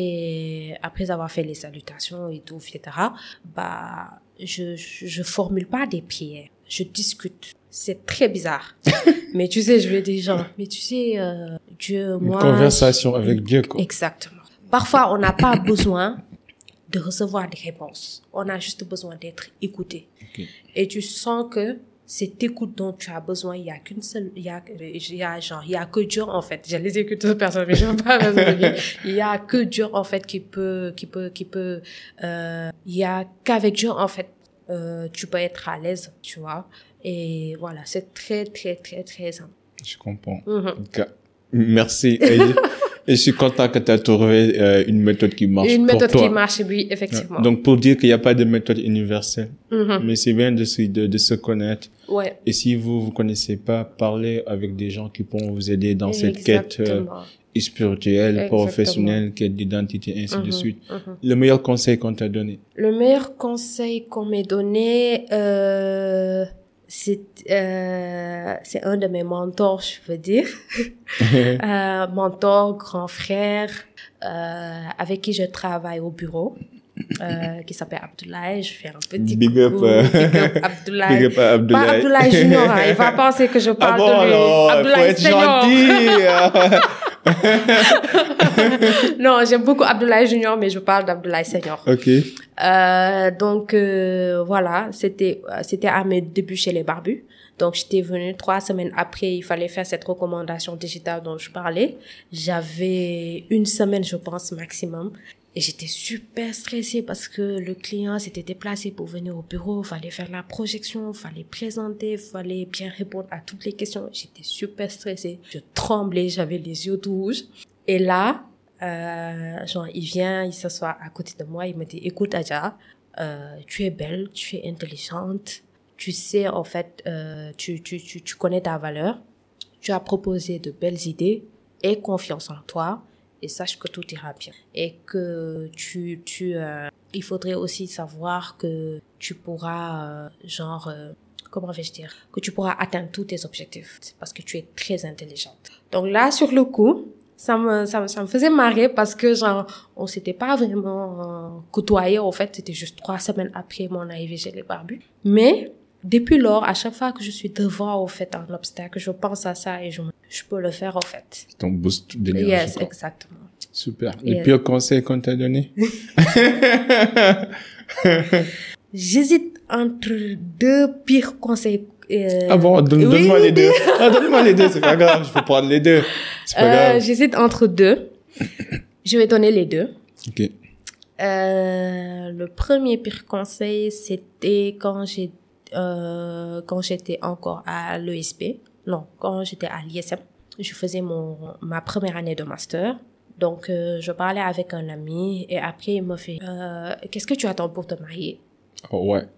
après, après avoir fait les salutations et tout, et cetera, bah, je, je, je formule pas des prières. Je discute. C'est très bizarre. Mais tu sais, je vais dire genre, mais tu sais, euh, Dieu, Une moi... conversation avec Dieu, quoi. Exactement. Parfois, on n'a pas besoin de recevoir des réponses. On a juste besoin d'être écouté. Okay. Et tu sens que cette écoute dont tu as besoin, il y a qu'une seule, il y a, il y a genre, il y a que Dieu, en fait. J'allais dire que toute personne, mais je veux pas raisonner. Il y a que Dieu, en fait, qui peut, qui peut, qui peut, euh, il y a qu'avec Dieu, en fait, euh, tu peux être à l'aise, tu vois. Et voilà, c'est très, très, très, très simple. Je comprends. Mm-hmm. En tout cas, merci. Et, et je suis content que tu as trouvé euh, une méthode qui marche Une pour méthode toi. qui marche, oui, effectivement. Donc, pour dire qu'il n'y a pas de méthode universelle. Mm-hmm. Mais c'est bien de se, de, de se connaître. Ouais. Et si vous vous connaissez pas, parlez avec des gens qui pourront vous aider dans cette quête euh, spirituelle, Exactement. Professionnelle, quête d'identité, ainsi Mm-hmm. de suite. Mm-hmm. Le meilleur conseil qu'on t'a donné? Le meilleur conseil qu'on m'ait donné, euh, c'est euh, c'est un de mes mentors, je veux dire. euh, mentor, grand frère, euh, avec qui je travaille au bureau. Euh, qui s'appelle Abdoulaye. Je fais un petit Big up, coucou. euh, Big up Abdoulaye. Big up à Abdoulaye. Pas Abdoulaye Junior, hein. Il va penser que je parle ah bon, de lui. alors, Abdoulaye faut être gentil. Non, j'aime beaucoup Abdoulaye Junior, mais je parle d'Abdoulaye Senior. Ok. Euh, donc, euh, voilà, c'était, c'était à mes débuts chez les barbus. Donc, j'étais venue trois semaines après, il fallait faire cette recommandation digitale dont je parlais. J'avais une semaine, je pense, maximum. Et j'étais super stressée parce que le client s'était déplacé pour venir au bureau. Fallait faire la projection, fallait présenter, fallait bien répondre à toutes les questions. J'étais super stressée. Je tremblais, j'avais les yeux tout rouges. Et là, euh, genre, il vient, il s'assoit à côté de moi, il me dit, écoute, Adja, euh, tu es belle, tu es intelligente. Tu sais, en fait, euh, tu, tu, tu, tu connais ta valeur. Tu as proposé de belles idées. Aie confiance en toi. Et sache que tout ira bien. Et que tu, tu, euh, il faudrait aussi savoir que tu pourras, euh, genre, euh, comment vais-je dire, que tu pourras atteindre tous tes objectifs. Parce que tu es très intelligente. Donc là, sur le coup, ça me, ça me, ça me faisait marrer parce que, genre, on s'était pas vraiment euh, côtoyés, en fait. C'était juste trois semaines après mon arrivée chez les barbus. Mais, depuis lors, à chaque fois que je suis devant, au fait, un obstacle, je pense à ça et je me, je peux le faire, en fait. C'est ton boost d'énergie. Yes, quoi. exactement. Super. Yes. Le pire conseil qu'on t'a donné? J'hésite entre deux pires conseils. Euh... Ah bon, donne, oui, donne-moi oui, les deux. Ah, donne-moi les deux, c'est pas grave, je peux prendre les deux. C'est pas euh, grave. J'hésite entre deux. Je vais donner les deux. Ok. Euh, le premier pire conseil, c'était quand j'ai, euh, quand j'étais encore à l'E S P. Non, quand j'étais à l'I S M. Je faisais mon, ma première année de master. Donc, euh, je parlais avec un ami et après, il m'a fait, euh, qu'est-ce que tu attends pour te marier? Oh, ouais.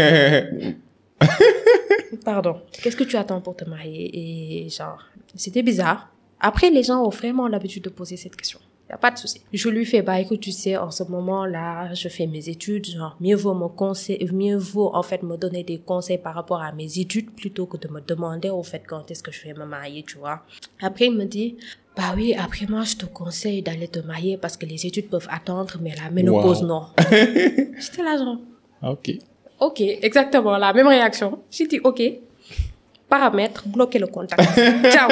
Pardon. Qu'est-ce que tu attends pour te marier? Et genre, c'était bizarre. Après, les gens ont vraiment l'habitude de poser cette question. Y a pas de souci. Je lui fais, bah, écoute, tu sais, en ce moment-là, je fais mes études, genre, mieux vaut me conseiller, mieux vaut, en fait, me donner des conseils par rapport à mes études plutôt que de me demander, au fait, quand est-ce que je vais me marier, tu vois. Après, il me dit, bah oui, après moi, je te conseille d'aller te marier parce que les études peuvent attendre, mais la ménopause, wow. Non. J'étais là, genre. Ok. Ok, exactement, la même réaction. J'ai dit, ok. Paramètres, bloquer le contact. Ciao.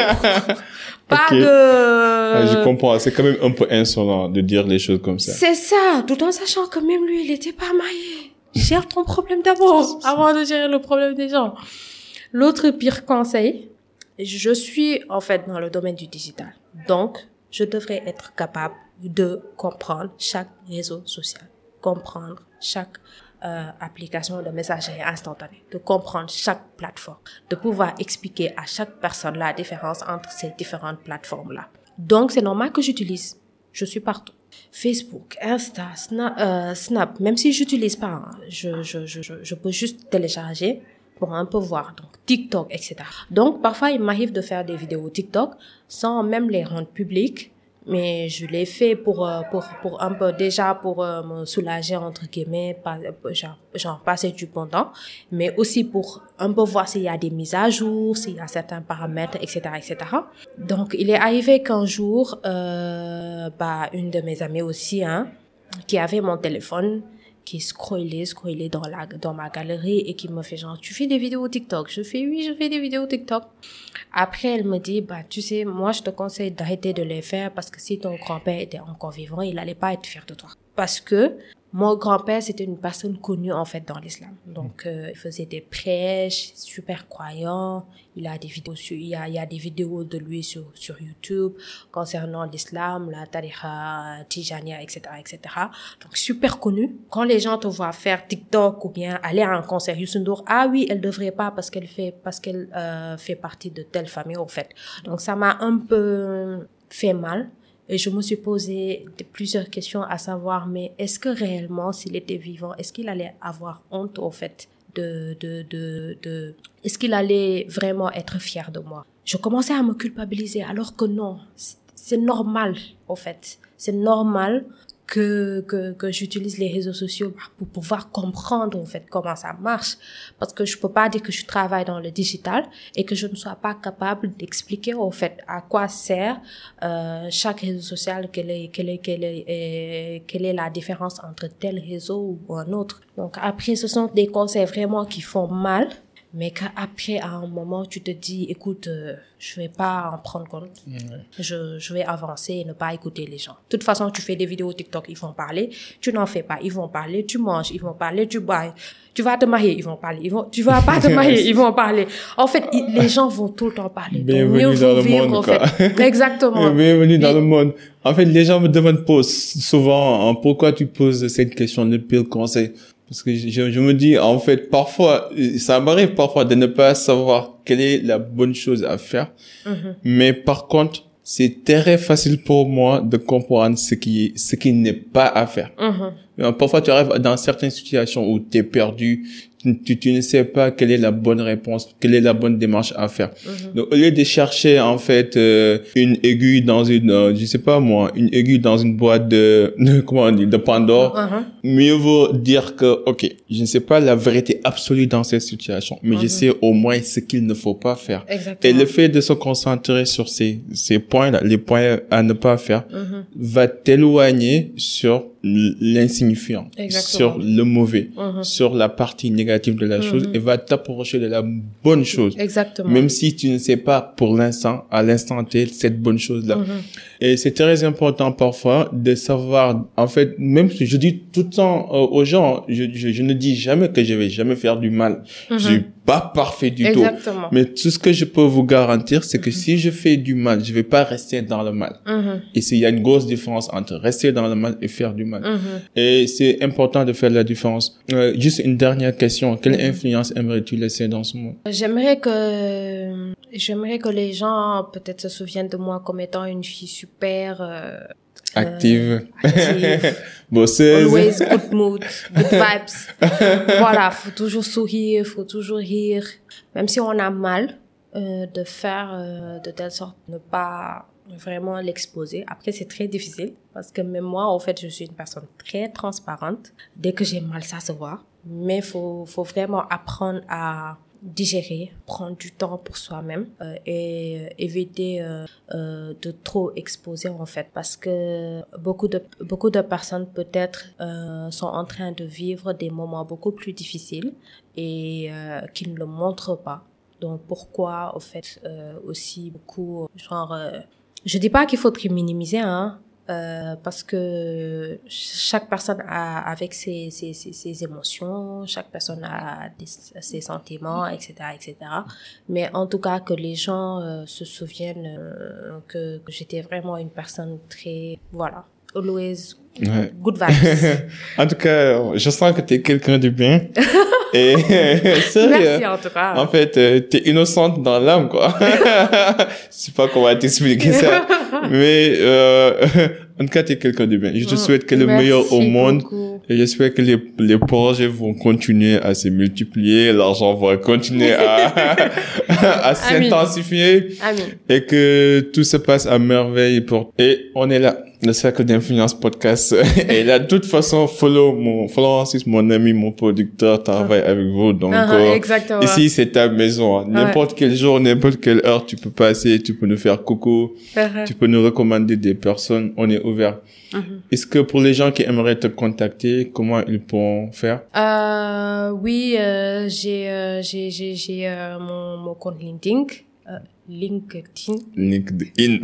Pas okay. de... Ah, je comprends, c'est quand même un peu insolent de dire les choses comme ça. C'est ça, tout en sachant que même lui, il était pas marié. Gère ton problème d'abord, avant de gérer le problème des gens. L'autre pire conseil, je suis en fait dans le domaine du digital. Donc, je devrais être capable de comprendre chaque réseau social, comprendre chaque euh, application de messagerie instantanée, de comprendre chaque plateforme, de pouvoir expliquer à chaque personne la différence entre ces différentes plateformes-là. Donc, c'est normal que j'utilise. Je suis partout. Facebook, Insta, Snap, euh, Snap, même si j'utilise pas, hein, je, je, je, je peux juste télécharger pour un peu voir. Donc, TikTok, et cetera. Donc, parfois, il m'arrive de faire des vidéos TikTok sans même les rendre publiques. Mais je l'ai fait pour, pour, pour un peu, déjà pour euh, me soulager, entre guillemets, pas, genre, genre passer du bon temps, mais aussi pour un peu voir s'il y a des mises à jour, s'il y a certains paramètres, et cetera, et cetera. Donc, il est arrivé qu'un jour, euh, bah, une de mes amies aussi, hein, qui avait mon téléphone, qui scrollait, scrollait dans la, dans ma galerie et qui me fait genre, tu fais des vidéos TikTok? Je fais, oui, je fais des vidéos TikTok. Après, elle me dit, bah, tu sais, moi, je te conseille d'arrêter de les faire parce que si ton grand-père était encore vivant, il allait pas être fier de toi. Parce que mon grand-père, c'était une personne connue, en fait, dans l'islam. Donc, euh, il faisait des prêches, super croyant. Il a des vidéos sur, il y a, il y a des vidéos de lui sur, sur YouTube concernant l'islam, la tariqa, tijaniya, et cetera, et cetera. Donc, super connu. Quand les gens te voient faire TikTok ou bien aller à un concert Youssou N'Dour, ah oui, elle devrait pas parce qu'elle fait, parce qu'elle, euh, fait partie de telle famille, en fait. Donc, ça m'a un peu fait mal. Et je me suis posé plusieurs questions à savoir, mais est-ce que réellement, s'il était vivant, est-ce qu'il allait avoir honte, au fait, de, de, de, de, est-ce qu'il allait vraiment être fier de moi? Je commençais à me culpabiliser, alors que non, c'est normal, au fait. C'est normal que, que, que j'utilise les réseaux sociaux pour pouvoir comprendre, en fait, comment ça marche. Parce que je peux pas dire que je travaille dans le digital et que je ne sois pas capable d'expliquer, en fait, à quoi sert, euh, chaque réseau social, quelle est, quelle est, quelle est, euh, quelle est la différence entre tel réseau ou un autre. Donc, après, ce sont des conseils vraiment qui font mal. Mais qu'après, à un moment, tu te dis, écoute, euh, je vais pas en prendre compte. Mmh. Je, je vais avancer et ne pas écouter les gens. De toute façon, tu fais des vidéos TikTok, ils vont parler. Tu n'en fais pas, ils vont parler. Tu manges, ils vont parler. Tu bois, tu vas te marier, ils vont parler. Ils vont, tu vas pas te marier, ils vont parler. En fait, ils, les gens vont tout le temps parler. Bienvenue Donc, mieux dans le vivre, monde, en quoi. Fait. Exactement. Bienvenue dans et, le monde. En fait, les gens me demandent souvent, hein, pourquoi tu poses cette question, le pire conseil? Parce que je, je me dis, en fait, parfois, ça m'arrive parfois de ne pas savoir quelle est la bonne chose à faire. Mm-hmm. Mais par contre, c'est très facile pour moi de comprendre ce qui, ce qui n'est pas à faire. Mm-hmm. Parfois, tu arrives dans certaines situations où tu es perdu, tu, tu ne sais pas quelle est la bonne réponse, quelle est la bonne démarche à faire. Mm-hmm. Donc, au lieu de chercher, en fait, euh, une aiguille dans une, euh, je sais pas moi, une aiguille dans une boîte de, de comment on dit, de Pandore, mm-hmm. mieux vaut dire que, ok, je ne sais pas la vérité absolue dans cette situation, mais mm-hmm. je sais au moins ce qu'il ne faut pas faire. Exactement. Et le fait de se concentrer sur ces, ces points-là, les points à ne pas faire, mm-hmm. va t'éloigner sur l'insignifiant, Exactement. sur le mauvais, Mm-hmm. sur la partie négative de la Mm-hmm. chose, et va t'approcher de la bonne chose. Exactement. Même si tu ne sais pas pour l'instant, à l'instant T, cette bonne chose-là. Mm-hmm. Et c'est très important parfois de savoir, en fait, même si je dis tout le temps euh, aux gens, je, je, je ne dis jamais que je vais jamais faire du mal. Mm-hmm. Je suis pas parfait du Exactement. tout. Mais tout ce que je peux vous garantir, c'est que mm-hmm. si je fais du mal, je vais pas rester dans le mal. Mm-hmm. Et il y a une grosse différence entre rester dans le mal et faire du mal. Mm-hmm. Et c'est important de faire la différence. Euh, juste une dernière question. Quelle mm-hmm. influence aimerais-tu laisser dans ce monde? J'aimerais que, j'aimerais que les gens peut-être se souviennent de moi comme étant une fille super, euh, active, euh, active. Bosseuse. Always good mood, good vibes. Voilà, faut toujours sourire, faut toujours rire. Même si on a mal, euh, de faire euh, de telle sorte ne pas vraiment l'exposer. Après, c'est très difficile parce que même moi, en fait, je suis une personne très transparente. Dès que j'ai mal, ça se voit. Mais faut, faut vraiment apprendre à digérer, prendre du temps pour soi-même euh, et euh, éviter euh, euh, de trop exposer en fait, parce que beaucoup de beaucoup de personnes peut-être euh, sont en train de vivre des moments beaucoup plus difficiles et euh, qui ne le montrent pas. Donc pourquoi au fait euh, aussi beaucoup genre euh, je dis pas qu'il faut minimiser hein. Euh, parce que chaque personne a avec ses ses ses, ses émotions, chaque personne a des, ses sentiments, et cetera, et cetera. Mais en tout cas que les gens euh, se souviennent euh, que, que j'étais vraiment une personne très voilà, always ouais. good vibes. En tout cas, je sens que t'es quelqu'un de bien. Et sérieux, merci en tout cas. En fait, euh, t'es innocente dans l'âme, quoi. Je sais pas comment t'expliquer ça, mais euh, en tout cas, t'es quelqu'un de bien. Je te souhaite que le merci meilleur au monde. Beaucoup. Et j'espère que les, les projets vont continuer à se multiplier, l'argent va continuer à, à s'intensifier. Amin. Et que tout se passe à merveille pour, et on est là. Le Cercle d'Influence Podcast. Et là, de toute façon, follow mon, Francis, mon ami, mon producteur, travaille avec vous. Donc, uh-huh, euh, exactement. Ici, c'est ta maison. N'importe ouais. quel jour, n'importe quelle heure, tu peux passer, tu peux nous faire coucou, uh-huh. tu peux nous recommander des personnes. On est ouvert. Uh-huh. Est-ce que pour les gens qui aimeraient te contacter, comment ils pourront faire? Euh, oui, euh, j'ai, euh, j'ai, j'ai, j'ai, euh, mon, mon compte LinkedIn. Euh, LinkedIn. LinkedIn.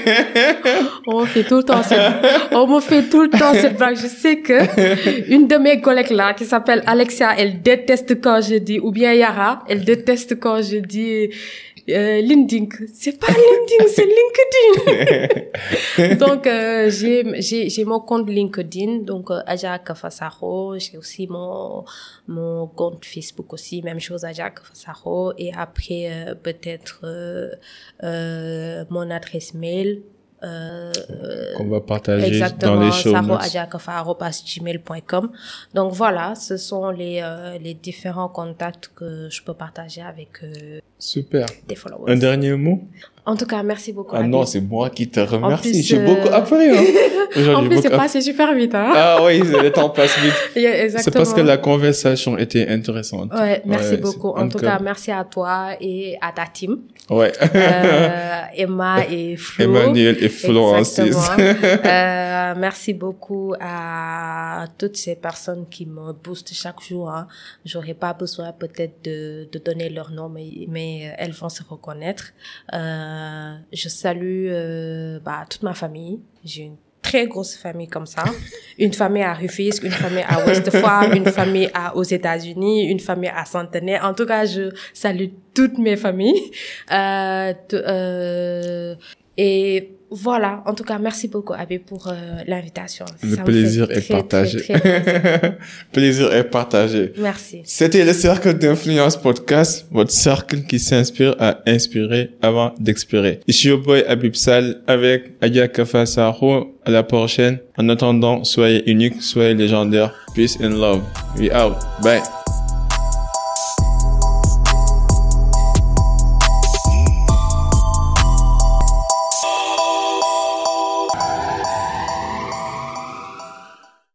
On me fait tout le temps cette, on me fait tout le temps cette blague. Je sais que une de mes collègues là, qui s'appelle Alexia, elle déteste quand je dis, ou bien Yara, elle déteste quand je dis, euh, LinkedIn. C'est pas LinkedIn, c'est LinkedIn. Donc, euh, j'ai, j'ai, j'ai mon compte LinkedIn, donc, euh, Adja Kafasaro. J'ai aussi mon, mon compte Facebook aussi, même chose, Adja Kafasaro. Et après, euh, peut-être, euh, euh, mon adresse mail. Euh, qu'on va partager dans les show notes. arobase gmail point com. Donc voilà, ce sont les euh, les différents contacts que je peux partager avec euh, super. Des followers. Un dernier mot? En tout cas, merci beaucoup. Ah Abby. non, c'est moi qui te remercie. Plus, J'ai euh... beaucoup appris. Hein. En plus, c'est passé super vite. Hein. Ah oui, le temps passe vite. Yeah, exactement. C'est parce que la conversation était intéressante. Ouais, merci ouais, beaucoup. En, en tout cas, cas, merci à toi et à ta team. Ouais. Euh, Emma et Flo. Emmanuel et Florence. euh, merci beaucoup à toutes ces personnes qui me boostent chaque jour. Hein. J'aurais pas besoin peut-être de, de donner leur nom, mais, mais elles vont se reconnaître. Euh, je salue euh, bah, toute ma famille. J'ai une très grosse famille comme ça. Une famille à Rufisque, une famille à Westfoire, une famille à, aux États-Unis, une famille à Centenaire. En tout cas, je salue toutes mes familles. Euh, t- euh, et voilà. En tout cas, merci beaucoup, Abby, pour euh, l'invitation. Le ça plaisir est très, partagé. Très, très plaisir. Plaisir est partagé. Merci. C'était le Cercle d'Influence Podcast, votre cercle qui s'inspire à inspirer avant d'expirer. Ici your boy Habib Sall avec Adja Kafasaro. À la prochaine. En attendant, soyez unique, soyez légendaire. Peace and love. We out. Bye.